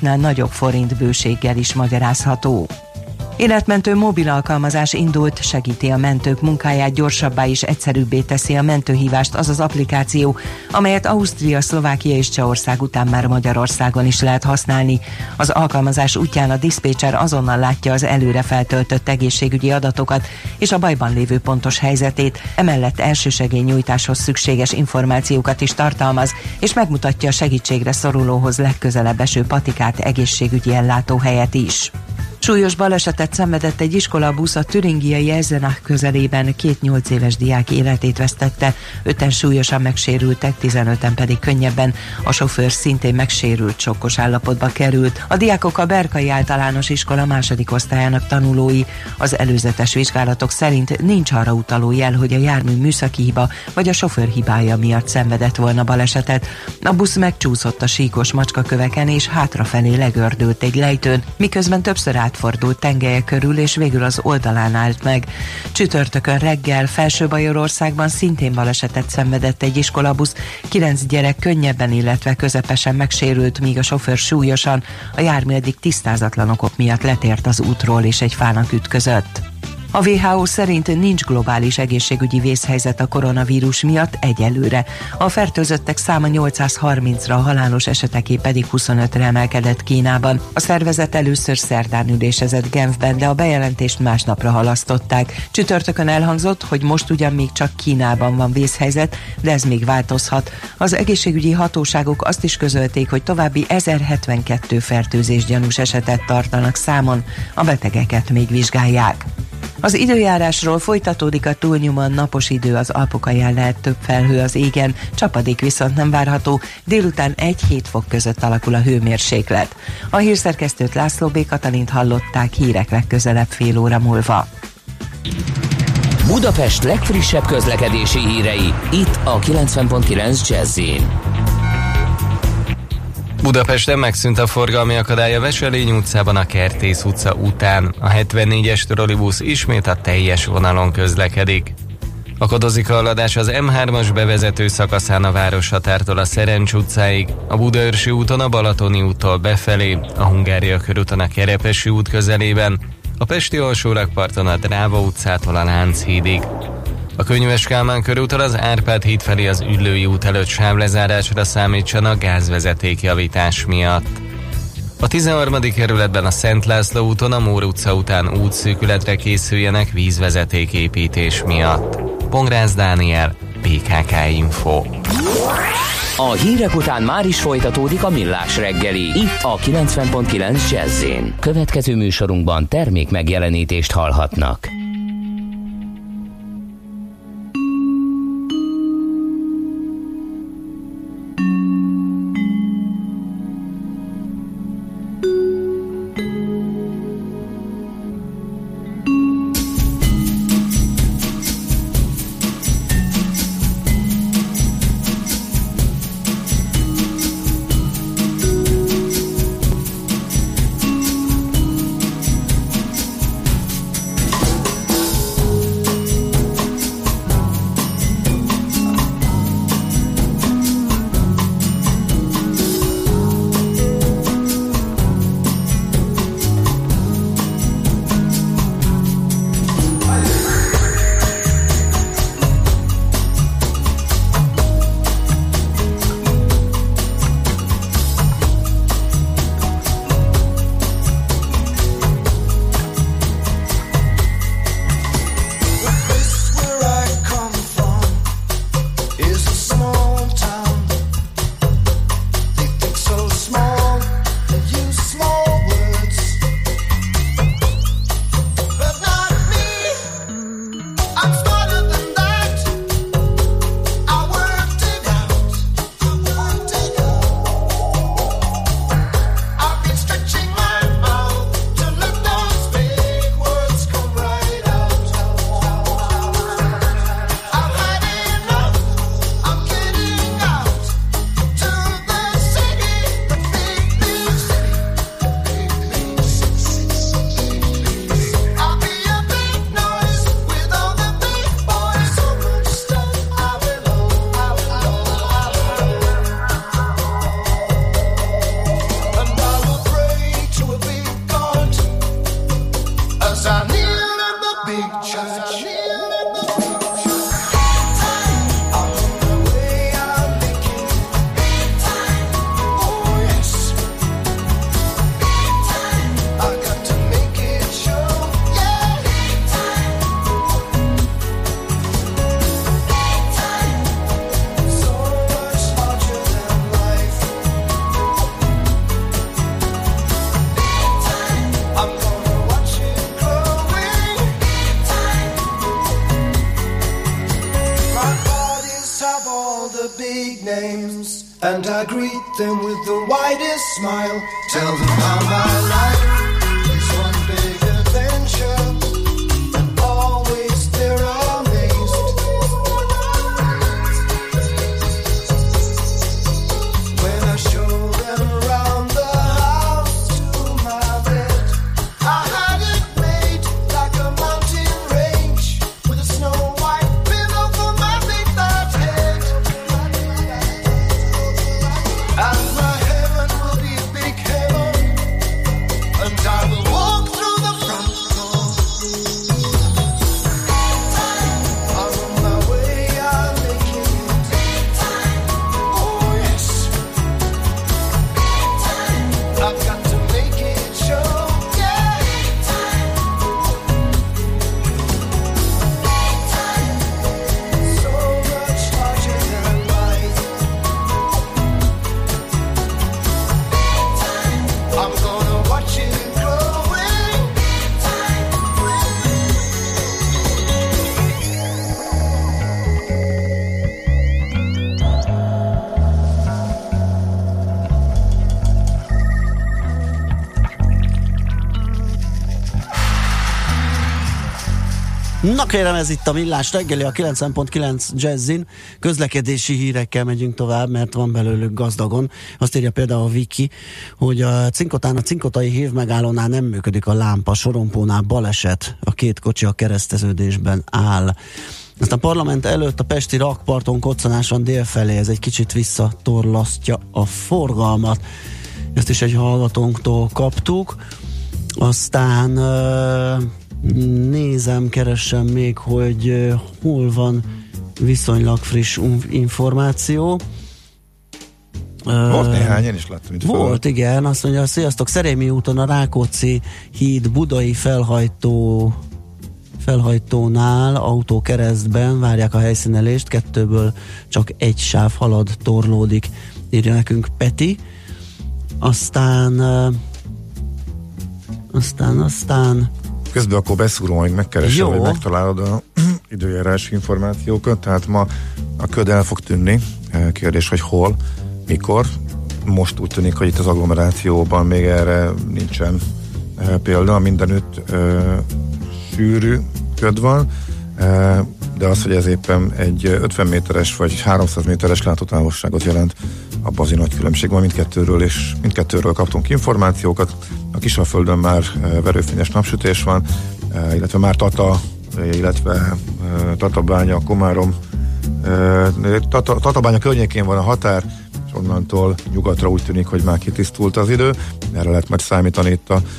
annál nagyobb forintbőséggel is magyarázható. Életmentő mobil alkalmazás indult, segíti a mentők munkáját, gyorsabbá és egyszerűbbé teszi a mentőhívást az az applikáció, amelyet Ausztria, Szlovákia és Csehország után már Magyarországon is lehet használni. Az alkalmazás útján a diszpécser azonnal látja az előre feltöltött egészségügyi adatokat és a bajban lévő pontos helyzetét, emellett elsősegélynyújtáshoz szükséges információkat is tartalmaz, és megmutatja a segítségre szorulóhoz legközelebb eső patikát, egészségügyi ellátóhelyet is. Súlyos balesetet szenvedett egy iskolabusz a türingiai Eisenach közelében, két nyolc éves diák életét vesztette, öten súlyosan megsérültek, tizenöten pedig könnyebben, a sofőr szintén megsérült, sokkos állapotba került. A diákok a Berkai Általános Iskola második osztályának tanulói. Az előzetes vizsgálatok szerint nincs arra utaló jel, hogy a jármű műszaki hiba vagy a sofőr hibája miatt szenvedett volna balesetet. A busz megcsúszott a síkos macskaköveken és hátrafelé legördült egy lejtőn, miközben többször átfordult tengelye körül, és végül az oldalán állt meg. Csütörtökön reggel Felső-Bajorországban szintén balesetet szenvedett egy iskolabusz, kilenc gyerek könnyebben, illetve közepesen megsérült, míg a sofőr súlyosan, a jármű eddig tisztázatlan okok miatt letért az útról és egy fának ütközött. A dupla vé há ó szerint nincs globális egészségügyi vészhelyzet a koronavírus miatt egyelőre. A fertőzöttek száma nyolcszázharmincra, a halálos eseteké pedig huszonötre emelkedett Kínában. A szervezet először szerdán ülésezett Genfben, de a bejelentést másnapra halasztották. Csütörtökön elhangzott, hogy most ugyan még csak Kínában van vészhelyzet, de ez még változhat. Az egészségügyi hatóságok azt is közölték, hogy további ezerhetvenkettő fertőzésgyanús esetet tartanak számon, a betegeket még vizsgálják. Az időjárásról: folytatódik a túlnyomóan napos idő, az Alpok-alján lehet több felhő az égen, csapadék viszont nem várható, délután egy-hét fok között alakul a hőmérséklet. A hírszerkesztőt, László B. Katalint hallották, hírek legközelebb fél óra múlva. Budapest legfrissebb közlekedési hírei, itt a kilencven pont kilenc Jazz-in. Budapesten megszűnt a forgalmi akadály a Veselény utcában a Kertész utca után. A hetvennégyes trollibusz ismét a teljes vonalon közlekedik. Akadozik a haladás az em hármas bevezető szakaszán a Városhatártól a Szerencs utcáig, a Budaörsi úton a Balatoni úttól befelé, a Hungária körúton a Kerepesi út közelében, a Pesti alsórakparton a Dráva utcától a Lánchídig. A Könyves Kálmán körúton az Árpád híd felé az Üllői út előtt sávlezárásra számítsanak gázvezetékjavítás miatt. A tizenharmadik kerületben a Szent László úton a Mór utca után útszűkületre készüljenek vízvezetéképítés miatt. Pongrász Dániel, bé ká ká Info. A hírek után már is folytatódik a Millás reggeli, itt a kilencven pont kilenc Jazz-in. Következő műsorunkban termék megjelenítést hallhatnak. the big names, and I greet them with the widest smile. Tell them how my life is one big adventure, and always they're amazed when I show them around the house to my bed. I had it made like a mountain range with a snow white pillow for my big fat head. And my heaven will be a big heaven, and I will walk through the front door. I'm on my way, I'm making it. Oh yes, I've got to make it show. Yeah, so much larger than life. I'm gonna watch it growing. Na kérem, ez itt a Millás reggeli, a kilencven pont kilenc Jazzin. Közlekedési hírekkel megyünk tovább, mert van belőlük gazdagon. Azt írja például a Viki, hogy a Cinkotán, a cinkotai hévmegállónál nem működik a lámpa, Sorompónál baleset, a két kocsi a kereszteződésben áll. Aztán a parlament előtt a pesti rakparton koccanás van délfelé, ez egy kicsit visszatorlasztja a forgalmat. Ezt is egy hallgatónktól kaptuk. Aztán uh, nézem, keresem még, hogy uh, hol van viszonylag friss um, információ. Uh, volt néhány, én is láttam. Volt, fel. Igen. Azt mondja, sziasztok, Szerémi úton a Rákóczi híd budai felhajtó felhajtónál autókeresztben várják a helyszínelést, kettőből csak egy sáv halad, torlódik, írja nekünk Peti. Aztán uh, aztán, aztán közben akkor beszúrom, hogy megkeresem, hogy megtalálod a időjárási információkat, tehát ma a köd el fog tűnni, kérdés, hogy hol, mikor. Most úgy tűnik, hogy itt az agglomerációban még erre nincsen példa, mindenütt ö, sűrű köd van, ö, de az, hogy ez éppen egy ötven méteres vagy háromszáz méteres látótávolságot jelent, abban azért nagy különbség van mindkettőről, és mindkettőről kaptunk információkat. A Kisalföldön már verőfényes napsütés van, illetve már Tata, illetve Tatabánya, Komárom, Tata, Tatabánya környékén van a határ, és onnantól nyugatra úgy tűnik, hogy már kitisztult az idő. Erre lehet majd számítani itt a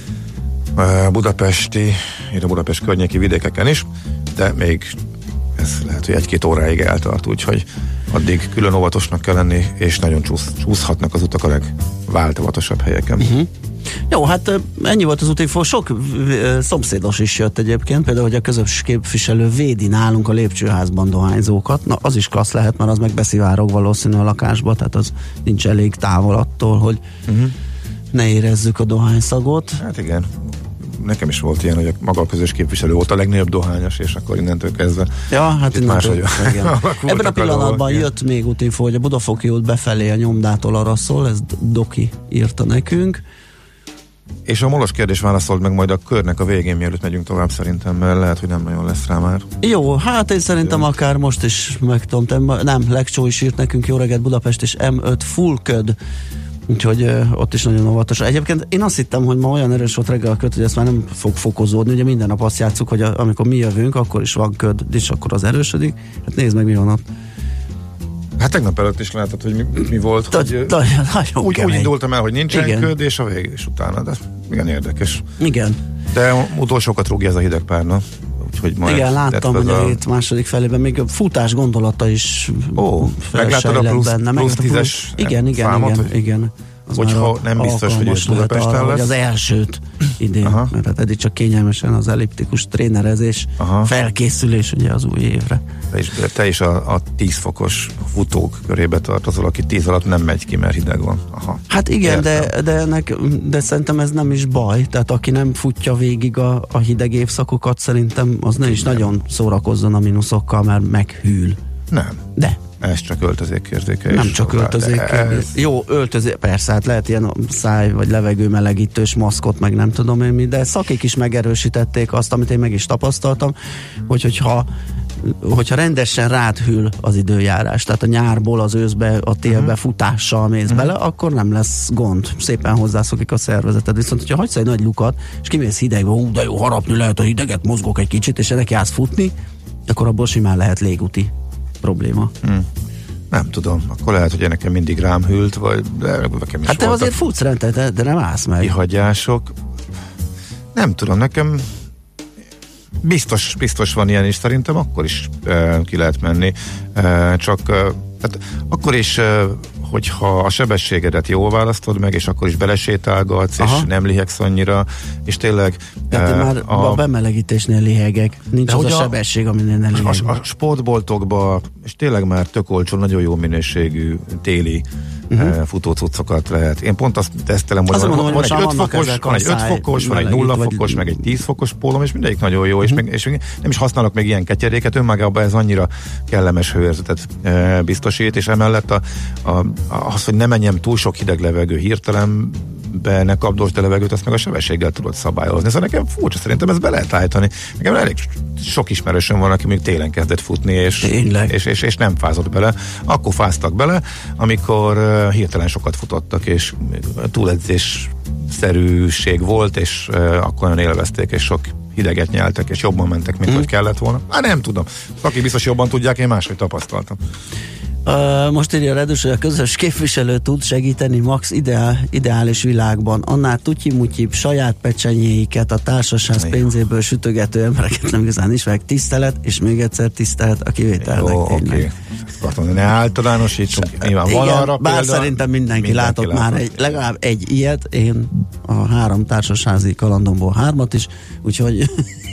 budapesti, itt a Budapest környéki vidékeken is, de még ez lehet, hogy egy-két óráig eltart, úgyhogy addig külön óvatosnak kell lenni, és nagyon csúsz, csúszhatnak az utak a legváltozatosabb helyeken. Uh-huh. Jó, hát ennyi volt az útinfó. Sok uh, szomszédos is jött egyébként, például, hogy a közös képviselő védi nálunk a lépcsőházban dohányzókat. Na, az is klassz lehet, mert az meg beszivárog valószínű a lakásba, tehát az nincs elég távol attól, hogy uh-huh. ne érezzük a dohányszagot. Hát igen. Nekem is volt ilyen, hogy a maga a közös képviselő volt a legnagyobb dohányos, és akkor innentől kezdve. Ja, hát innentől ebben a pillanatban jött még útinfo, hogy a Budafoki út befelé a nyomdától arra szól, ez Doki írta nekünk. És a Molos kérdés válaszolt meg majd a körnek a végén, mielőtt megyünk tovább szerintem, mert lehet, hogy nem nagyon lesz rá már. Jó, hát én szerintem Jó. akár most is megtudom. Nem, Legcsó is írt nekünk, jó reggelt Budapest, és em öt full köd. Úgyhogy ö, ott is nagyon óvatos. Egyébként én azt hittem, hogy ma olyan erős volt reggel a köd, hogy ezt már nem fog fokozódni. Ugye minden nap azt játsszuk, hogy a, amikor mi jövünk, akkor is van köd, és akkor az erősödik. Hát nézd meg, mi van ott. Hát tegnap előtt is látod, hogy mi, mi volt. Ta, hogy, ta, úgy, úgy indultam el, hogy nincsen igen. köd, és a végig is utána. De igen, érdekes. Igen. De utolsókat rúgja ez a hideg párna. Úgyhogy majd igen, láttam, hogy a hét második felében még a futás gondolata is ó, meglátod a plusz, benne. plusz tízes igen, igen, számot, igen, hogy, igen. Hogyha nem biztos, hogy ez Budapesten lesz. Az elsőt idén, aha. mert hát eddig csak kényelmesen az elliptikus trénerezés, aha. felkészülés ugye az új évre. Te is, te is a, a tíz fokos futók körébe tartozol, aki tíz alatt nem megy ki, mert hideg van. Aha. Hát igen, de, de, ennek, de szerintem ez nem is baj, tehát aki nem futja végig a, a hideg évszakokat, szerintem az ne is nem. nagyon szórakozzon a mínuszokkal, mert meghűl. Nem. De. Ez csak öltözékérzékelés. Nem csak öltözékérzékelés. Ez... Jó, öltözé, persze, hát lehet ilyen száj vagy levegő melegítős maszkot, meg nem tudom én mi, de szakik is megerősítették azt, amit én meg is tapasztaltam, hogy hogyha hogyha rendesen rád hűl az időjárás, tehát a nyárból az őszbe, a télbe uh-huh. futással mész uh-huh. bele, akkor nem lesz gond. Szépen hozzászokik a szervezeted. Viszont, hogyha hagysz egy nagy lukat, és kimész hidegbe, ú, de jó, harapni lehet a hideget, mozgok egy kicsit, és ennek jársz futni, akkor abból simán lehet légúti probléma. Hmm. Nem tudom, akkor lehet, hogy nekem mindig rám hűlt, vagy de nekem is hát te azért futsz rendet, de nem állsz meg. Kihagyások. Nem tudom, nekem biztos, biztos van ilyen is, szerintem akkor is e, ki lehet menni. E, csak e, hát akkor is e, hogyha a sebességedet jól választod meg, és akkor is belesétálgatsz, aha. és nem lihegsz annyira, és tényleg... Tehát uh, már a, a bemelegítésnél lihegek. Nincs az a, a sebesség, aminél nem lihegek. A, a sportboltokban, és tényleg már tök olcsó, nagyon jó minőségű téli uh-huh. futócuccokat lehet. Én pont azt tesztelem, hogy van, mondom, van, van egy öt fokos, van egy öt fokos, van egy nulla fokos, meg egy tíz fokos pólom, és mindegyik nagyon jó, uh-huh. és, még, és még nem is használok még ilyen ketyeréket, önmagában ez annyira kellemes hőérzetet e, biztosít, és emellett a, a, az, hogy ne menjem túl sok hideg levegő hirtelen, be ne kapdosd a levegőt, azt meg a sebességgel tudod szabályozni. Szóval nekem furcsa, szerintem ezt be lehet állítani. Nekem elég sok ismerősöm van, aki még télen kezdett futni, és, és, és, és nem fázott bele. Akkor fáztak bele, amikor uh, hirtelen sokat futottak, és túledzésszerűség volt, és uh, akkor nagyon élvezték, és sok hideget nyeltek, és jobban mentek, mint hmm. hogy kellett volna. Hát nem tudom. Akik biztos jobban tudják, én máshogy tapasztaltam. Uh, most írja a Redus, hogy a közös képviselő tud segíteni max ideál, ideális világban. Annál tutyi-mutyibb saját pecsenyéiket a társaság pénzéből sütögető embereket nem igazán ismerek. Tisztelet, és még egyszer tisztelet a kivételnek. Jó, oké. Okay. Mondani, ne általánosítsunk. Nyilván van arra bár példa, szerintem mindenki, mindenki látott, látott már egy, legalább egy ilyet. Én a három társasházi kalandomból hármat is, úgyhogy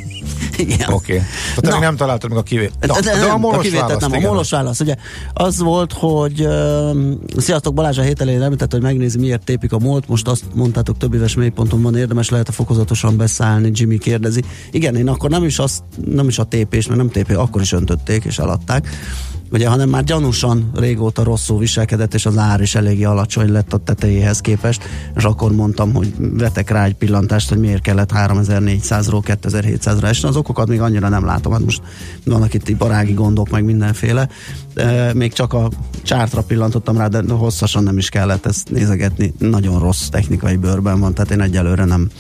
igen. Oké. Okay. Tehát nem találtad meg a kivételt. De, de, de, de a molos a választ, nem, igen. A molos válasz, ugye az volt, hogy uh, sziasztok, Balázs a hét elején említett, hogy megnézi, miért tépik a molt, most azt mondtátok, több éves mélyponton van, érdemes lehet-e fokozatosan beszállni, Jimmy kérdezi. Igen, én akkor nem is, azt, nem is a tépés, mert nem tépés, akkor is öntötték és eladták. Ugye, hanem már gyanúsan régóta rosszul viselkedett, és az ár is eléggé alacsony lett a tetejéhez képest, és akkor mondtam, hogy vetek rá egy pillantást, hogy miért kellett háromezer-négyszázról kétezer-hétszázra esni. Az okokat még annyira nem látom, hát most vannak itt iparági gondok, meg mindenféle. E, még csak a csártra pillantottam rá, de hosszasan nem is kellett ezt nézegetni. Nagyon rossz technikai bőrben van, tehát én egyelőre nem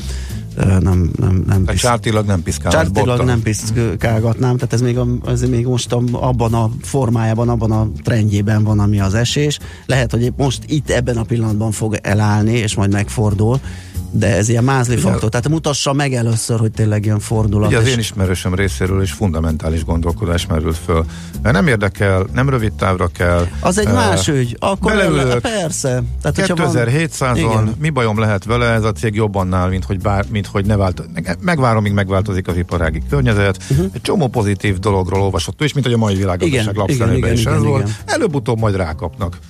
nem, nem, nem pisz... Csártilag nem piszkálgat. Csártilag nem piszkálgatnám, tehát ez még, a, ez még most a, abban a formájában, abban a trendjében van, ami az esés. Lehet, hogy most itt ebben a pillanatban fog elállni, és majd megfordul, de ez ilyen mázli faktor. Tehát mutassa meg először, hogy tényleg ilyen fordulat. Ugye az én ismerősöm részéről is fundamentális gondolkodás merült föl. Nem érdekel, nem rövid távra kell. Az egy uh, más ügy. Akkor beleülök, persze. Tehát, kétezer-hétszázon van, mi bajom lehet vele, ez a cég jobban áll, mint hogy, bár, mint hogy ne vált, megvárom, míg megváltozik az iparági környezet. Uh-huh. Egy csomó pozitív dologról olvasott, és mint hogy a mai világgazdaság lapszemlébe is ez volt. Előbb-utóbb majd rákapnak.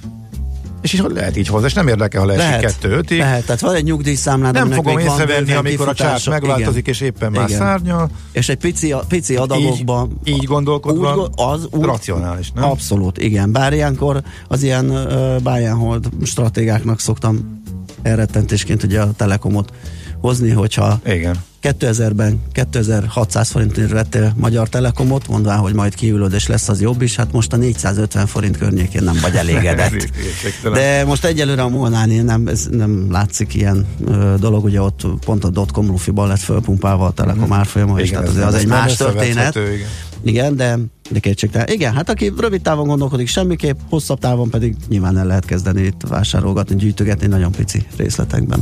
És így lehet így hozzá, és nem érdekel, ha leesik kettő-ötig. Lehet, tehát van egy nyugdíjszámlán, nem fogom észrevenni, amikor a csárt megváltozik, igen. És éppen már igen. Szárnyal. És egy pici, pici adagokban. Így, így gondolkodva, úgy, az úgy, racionális, nem? Abszolút, igen. Bár ilyenkor az ilyen uh, buy and hold stratégáknak szoktam elrettentésként ugye a Telekomot hozni, hogyha igen. kétezerben kétezer-hatszáz forintért vettél Magyar Telekomot, mondván, hogy majd kiülöd és lesz az jobb is, hát most a négyszázötven forint környékén nem vagy elégedett. De most egyelőre a Molnánál nem, ez nem látszik ilyen ö, dolog, ugye ott pont a dotcom lufiban lett fölpumpálva a Telekom árfolyama, és tehát az, az egy más történet. Igen. igen, de, de kétségtelen. Igen, hát aki rövid távon gondolkodik semmiképp, hosszabb távon pedig nyilván el lehet kezdeni itt vásárolgatni, gyűjtögetni nagyon pici részletekben.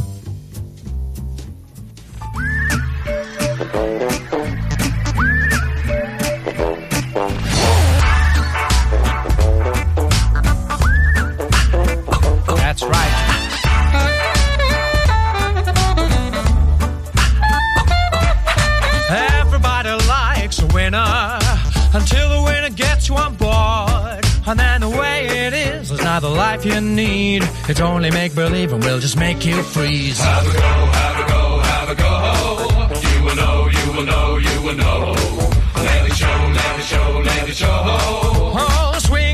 Until the winner gets you on board, and then the way it is is not the life you need. It's only make believe and we'll just make you freeze. Have a go, have a go, have a go. You will know, you will know, you will know. Let it show, let it show, let it show. Oh, sweet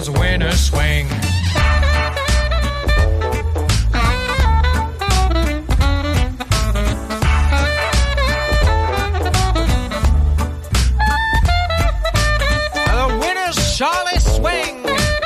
cause the winners swing. The winners surely swing.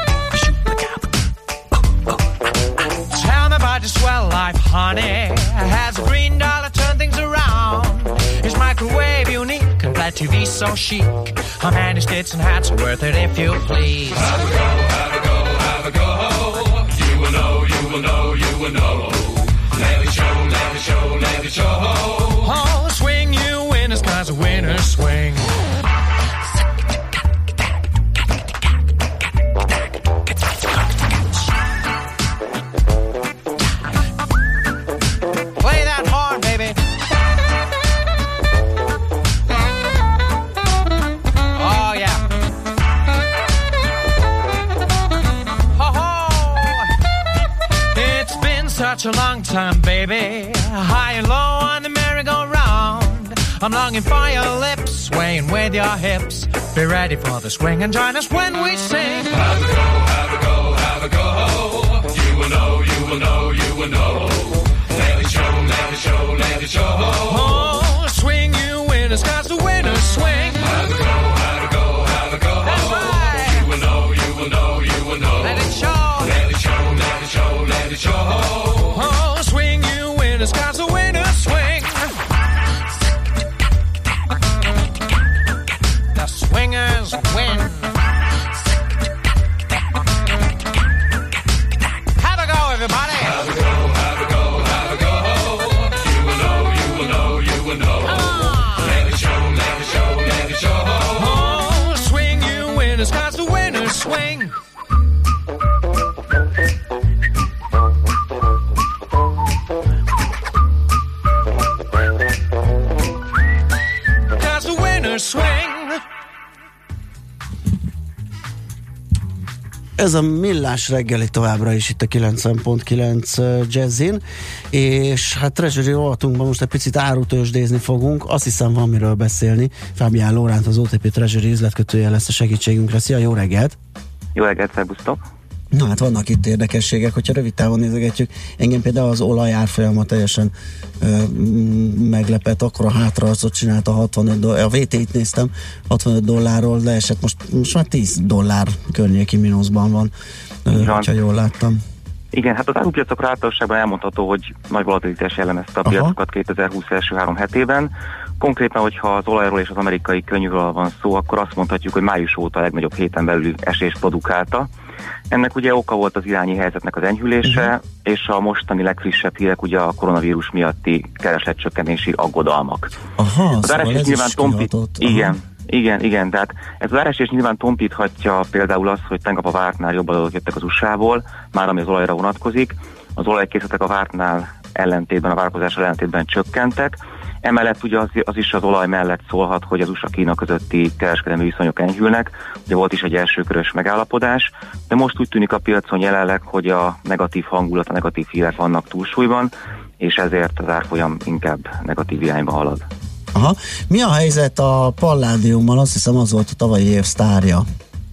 Tell me about your swell life, honey. Has a green dollar turned things around? Is microwave unique and flat T V so chic? A man in skates and hats are worth it if you please. Have a go, have a go, have a go. You will know, you will know, you will know. Let it show, let it show, let it show. Oh, swing you winners, cause the winners swing. Play that horn, baby. Oh, yeah. Ho, ho. It's been such a long time, baby. High and low on the merry-go-round. I'm longing for your lips, swaying with your hips. Be ready for the swing and join us when we sing. Have a go, have a go, have a go. You will know, you will know, you will know. Let it show, let it show, let it show. Oh, swing you winners, cause the winners swing. Have a go, have a go, have a go. That's right. You will know, you will know, you will know. Let it show. Let it show, let it show, let it show. Oh, swing you winners, cause the winners swing. The swingers win. Have a go, everybody. Have a go, have a go, have a go. You will know, you will know, you will know. Let it show, let it show, let it show. Oh, swing you winners, cause the winners swing. Cause the winners swing. Ez a Millás reggeli továbbra is itt a kilencven pont kilenc Jazzin, és hát Treasury rovatunkban most egy picit árutősdézni fogunk, azt hiszem van miről beszélni. Fábián Lóránt, az o té pé Treasury üzletkötője lesz a segítségünkre. Szia, jó reggelt! Jó reggelt, szervusztok! Na hát vannak itt érdekességek, hogyha rövid távon nézegetjük. Engem például az olaj árfolyama teljesen ö, meglepett, akkor a hátraarcot csinált a hatvanöt dollár, a vé té-t néztem, hatvanöt dollárról, de esett most, most már tíz dollár környéki mínuszban van, ö, hogyha jól láttam. Igen, hát az árupiacokra általánosságban elmondható, hogy nagy volatilitás jellemezte a piacokat kétezer-húsz első három hetében. Konkrétan, hogyha az olajról és az amerikai kőolajról van szó, akkor azt mondhatjuk, hogy május óta a legnagyobb héten belül esést produkálta. Ennek ugye oka volt az irányi helyzetnek az enyhülése, uh-huh. és a mostani legfrissebb hírek ugye a koronavírus miatti keresletcsökkenési aggodalmak. Aha, az szóval árás ez nyilván is tompít... kihatott. Igen, igen, igen, tehát ez az árásés nyilván tompíthatja például azt, hogy tegnap a vártnál jobb adatok jöttek az u es á-ból, már ami az olajra vonatkozik. Az olajkészletek a vártnál ellentétben, a várakozás ellentétben csökkentek. Emellett ugye az, az is az olaj mellett szólhat, hogy az u es á-Kína közötti kereskedelmi viszonyok enyhülnek. Ugye volt is egy elsőkörös megállapodás, de most úgy tűnik a piacon jelenleg, hogy a negatív hangulat, a negatív hírek vannak túlsúlyban, és ezért az árfolyam inkább negatív irányba halad. Aha. Mi a helyzet a palládiummal? Azt hiszem az volt a tavalyi év sztárja.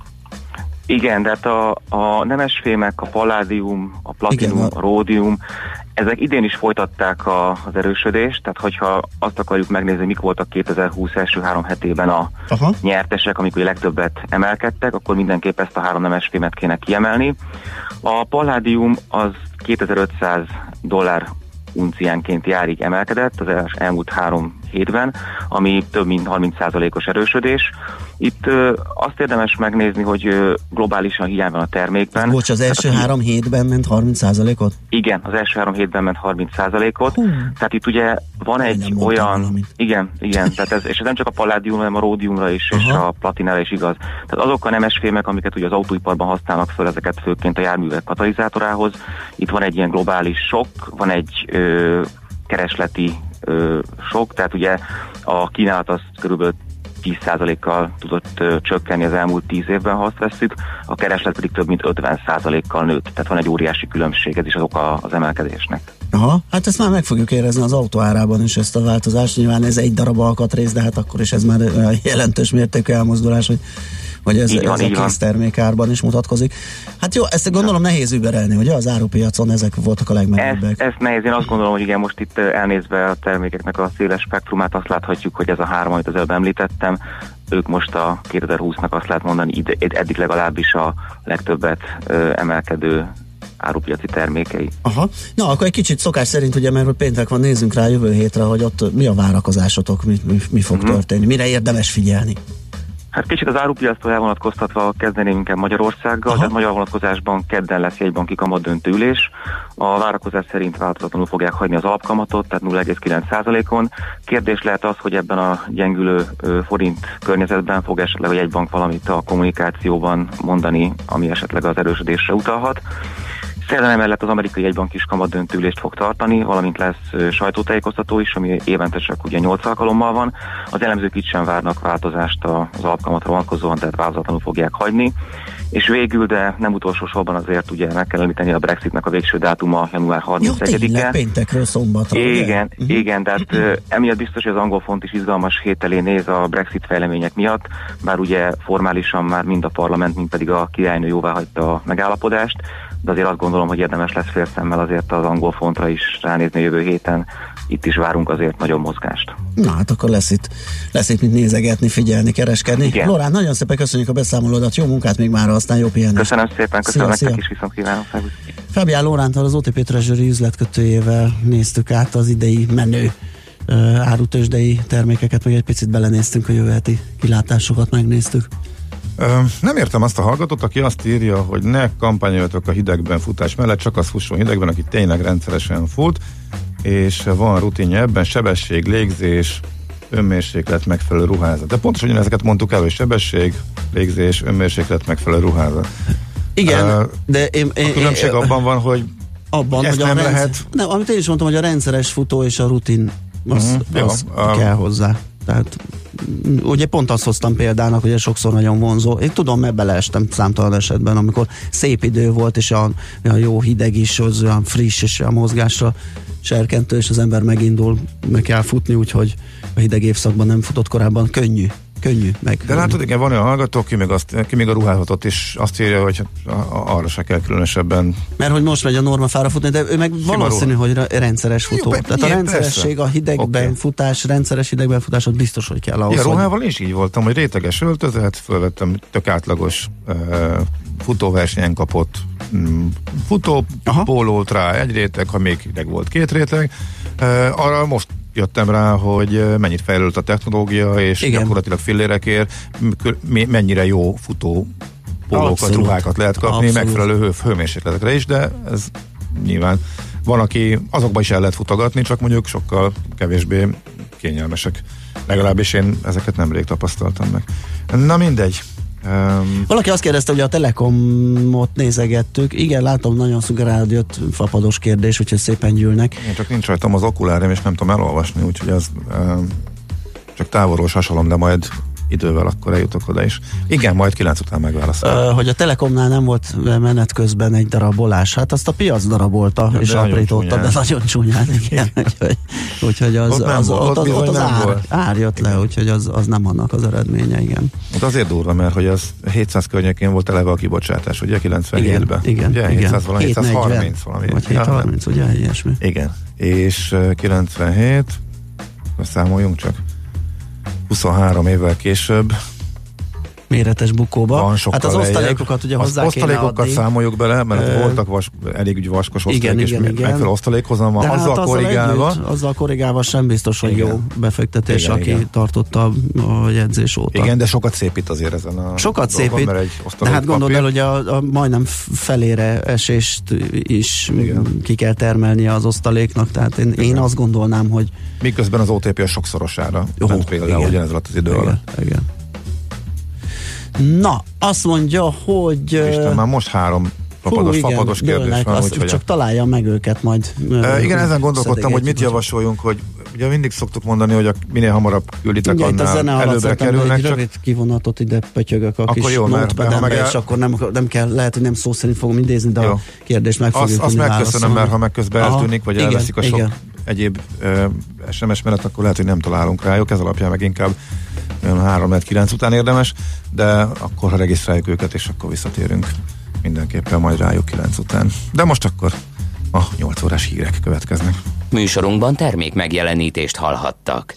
Igen, de hát a, a nemesfémek, a palládium, a platinum, igen, a ródium, ezek idén is folytatták a, az erősödést, tehát hogyha azt akarjuk megnézni, mik voltak kétezer-húsz első három hetében a Aha. nyertesek, amikor legtöbbet emelkedtek, akkor mindenképp ezt a három nemesfémet kéne kiemelni. A palládium az kétezer-ötszáz dollár unciánként járig emelkedett az elmúlt három hétben, ami több mint harminc százalékos erősödés. Itt ö, azt érdemes megnézni, hogy ö, globálisan hiány van a termékben. Bocs, az első hát, három hétben ment harminc százalékot? Igen, az első három hétben ment harminc százalékot. Hú. Tehát itt ugye van egy olyan... Valamit. Igen, igen, tehát ez, és ez nem csak a palládium, hanem a ródiumra is, Aha. és a platinára is igaz. Tehát azok a nemesfémek, amiket ugye az autóiparban használnak föl, ezeket főként a járművek katalizátorához. Itt van egy ilyen globális sok, van egy ö, keresleti ö, sok, tehát ugye a kínálat az körülbelül tíz százalékkal tudott ö, csökkenni az elmúlt tíz évben, ha azt vesszük, a kereslet pedig több mint ötven százalékkal nőtt, tehát van egy óriási különbség, ez is az oka az emelkedésnek. Aha, hát ezt már meg fogjuk érezni az autó árában is, ezt a változást. Nyilván ez egy darab alkatrész, de hát akkor is ez már jelentős mértékű elmozdulás, hogy, hogy ez, van, ez a kész termékárban is mutatkozik. Hát jó, ezt gondolom nehéz überelni, ugye? Az árupiacon ezek voltak a legmenőbbek. Ezt, ezt nehéz, én azt gondolom, hogy igen, most itt elnézve a termékeknek a széles spektrumát, azt láthatjuk, hogy ez a három, amit az előbb említettem, ők most a kétezer-húsznak azt lehet mondani, ide, eddig legalábbis a legtöbbet ö, emelkedő árupiaci termékei. Aha. Na, akkor egy kicsit szokás szerint, ugye, mert péntek van, nézzünk rá jövő hétre, hogy ott mi a várakozásotok, mi, mi, mi fog uh-huh. történni, mire érdemes figyelni? Hát kicsit az árupiactól elvonatkoztatva kezdeném inkább Magyarországgal, Aha. tehát magyar vonatkozásban kedden lesz jegybanki kamat döntőülés. A várakozás szerint változatlanul fogják hagyni az alapkamatot, tehát nulla egész kilenc százalékon. Kérdés lehet az, hogy ebben a gyengülő ö, forint környezetben fog esetleg a jegybank valamit a kommunikációban mondani, ami esetleg az erősödésre utalhat. Szerdán emellett az amerikai jegybank is kamatdöntőülést fog tartani, valamint lesz sajtótájékoztató is, ami évente csak ugye nyolc alkalommal van. Az elemzők itt sem várnak változást az alapkamatra vonatkozóan, tehát változatlanul fogják hagyni. És végül, de nem utolsó sorban azért ugye meg kell említeni a Brexitnek a végső dátuma január harmincegyedike. Jó, tényleg, péntekről szombatra. Igen, ugye? igen, tehát uh, emiatt biztos, hogy az angol font is izgalmas hét elé néz a Brexit fejlemények miatt, bár ugye formálisan már mind a parlament, mind pedig a királynő jóváhagyta a megállapodást, de azért azt gondolom, hogy érdemes lesz félszemmel azért az angol fontra is ránézni jövő héten. Itt is várunk azért nagyon mozgást. Na hát akkor lesz itt, lesz itt mit nézegetni, figyelni, kereskedni. Igen. Lorán, nagyon szépen köszönjük a beszámolódat, jó munkát még mára, aztán jó pihenést. Köszönöm szépen, köszönöm szia, nektek is, viszont kívánok. Fabián Lóránttal, az o té pé Treasury üzletkötőjével néztük át az idei menő uh, árutősdei termékeket, meg egy picit belenéztünk a jövő heti kilátásokat, megnéztük. Ö, nem értem azt a hallgatót, aki azt írja, hogy ne kampányoljatok a hidegben futás mellett, csak az fusson hidegben, aki tényleg rendszeresen fut, és van rutinja ebben, sebesség, légzés, önmérséklet, megfelelő ruházat. De pontosan ugyanezeket mondtuk el, hogy sebesség, légzés, önmérséklet, megfelelő ruházat. Igen, uh, de én, én, a különbség én, abban van, hogy abban, ezt hogy nem a rendszer, lehet... Nem, amit én is mondtam, hogy a rendszeres futó és a rutin, az, uh-huh, az jó, kell um, hozzá. Tehát ugye pont azt hoztam példának, hogy ez sokszor nagyon vonzó. Én tudom, mert beleestem számtalan esetben, amikor szép idő volt, és a, a jó hideg is, az olyan friss, és a mozgásra serkentő, és az ember megindul, meg kell futni, úgyhogy a hideg évszakban nem futott korábban. Könnyű. Könnyű meg. De látod, igen, van olyan hallgató, ki még, azt, ki még a ruházatot is azt írja, hogy arra se kell különösebben. Mert hogy most megy a normafára futni, de ő meg valószínű, hogy rendszeres futó. Jó, Tehát a rendszeresség, persze. A hidegben okay. futás, rendszeres hidegben futás, ott biztos, hogy kell ahhoz. Ja, ruhával is így voltam, hogy réteges öltözet, fölvettem tök átlagos uh, futóversenyen kapott um, futópólót rá, egy réteg, ha még hideg volt, két réteg. Uh, arra most jöttem rá, hogy mennyit fejlődött a technológia, és igen. gyakorlatilag fillérekért mennyire jó futó pólókat, abszolút. Ruhákat lehet kapni, abszolút. Megfelelő hő, hőmérsékletekre is, de ez nyilván van, aki azokban is el lehet futogatni, csak mondjuk sokkal kevésbé kényelmesek. Legalábbis én ezeket nemrég tapasztaltam meg. Na mindegy. Um, Valaki azt kérdezte, hogy a Telekomot nézegettük. Igen, látom, nagyon szugerád jött fapados kérdés, úgyhogy szépen gyűlnek. Én csak nincs rajtam az okulárem, és nem tudom elolvasni, úgyhogy ez um, csak távolról sasolom, de majd idővel akkor eljutok oda is. Igen, majd kilenc után megválaszolom. Uh, hogy a Telekomnál nem volt menet közben egy darabolás. Hát azt a piac darabolta, de és aprította, de nagyon csúnyán. Igen. úgyhogy, úgyhogy az, ott, az, volt, ott, ott, ott az ár, ár jött le, úgyhogy az, az nem annak az eredménye, igen. Ott azért durva, mert hogy az hétszáz környékén volt eleve a kibocsátás, ugye kilencvenhétben. Igen, ugye, igen. hétszáz valami, hétszázharminc valami. Vagy hétszázharminc, ugye, ilyesmi. Igen, és kilencvenhét, számoljunk csak, huszonhárom évvel később méretes bukóba. Hát az lejjebb. Osztalékokat ugye hozzá az kéne osztalékokat adni. Számoljuk bele, mert ö... voltak vas, elég ügy vaskos osztalék, igen, és megfelelő osztalékhoz van, hát azzal korrigálva. Együtt, azzal korrigálva sem biztos, hogy igen. Jó befektetés, igen, aki igen. tartotta a jegyzés óta. Igen, de sokat szépít azért ezen a sokat dolgon, szépít, de hát gondold el, hogy a, a majdnem felére esést is igen. ki kell termelnie az osztaléknak, tehát én, én azt gondolnám, hogy miközben az o té pé a sokszorosára jó, ment például ugyanez alatt az idő igen, alatt. Igen. Na, azt mondja, hogy... Isten, már most három fapados, Hú, igen, fapados kérdés dőlnek, van. azt Úgyhogy csak találja meg őket majd. e, igen, ezen gondolkodtam, hogy mit javasoljunk, hogy ugye mindig szoktuk mondani, hogy a minél hamarabb külditek, annál előbbre kerülnek. Egy csak... rövid kivonatot ide pötyögök a akkor kis jó, notepad-embe, el... és akkor nem, nem kell, lehet, hogy nem szó szerint fogom idézni, de jó. A kérdést meg fogjuk azt, tudni azt megköszönöm, mert ha meg közben Aha, eltűnik, vagy igen, elveszik a sok igen. egyéb uh, es em es mellett, akkor lehet, hogy nem találunk rájuk, ez alapján meg inkább három kilenc után érdemes, de akkor, ha regisztráljuk őket, és akkor visszatérünk mindenképpen majd rájuk kilenc után. De most akkor a nyolc órás hírek következnek. Műsorunkban termék megjelenítést hallhattak.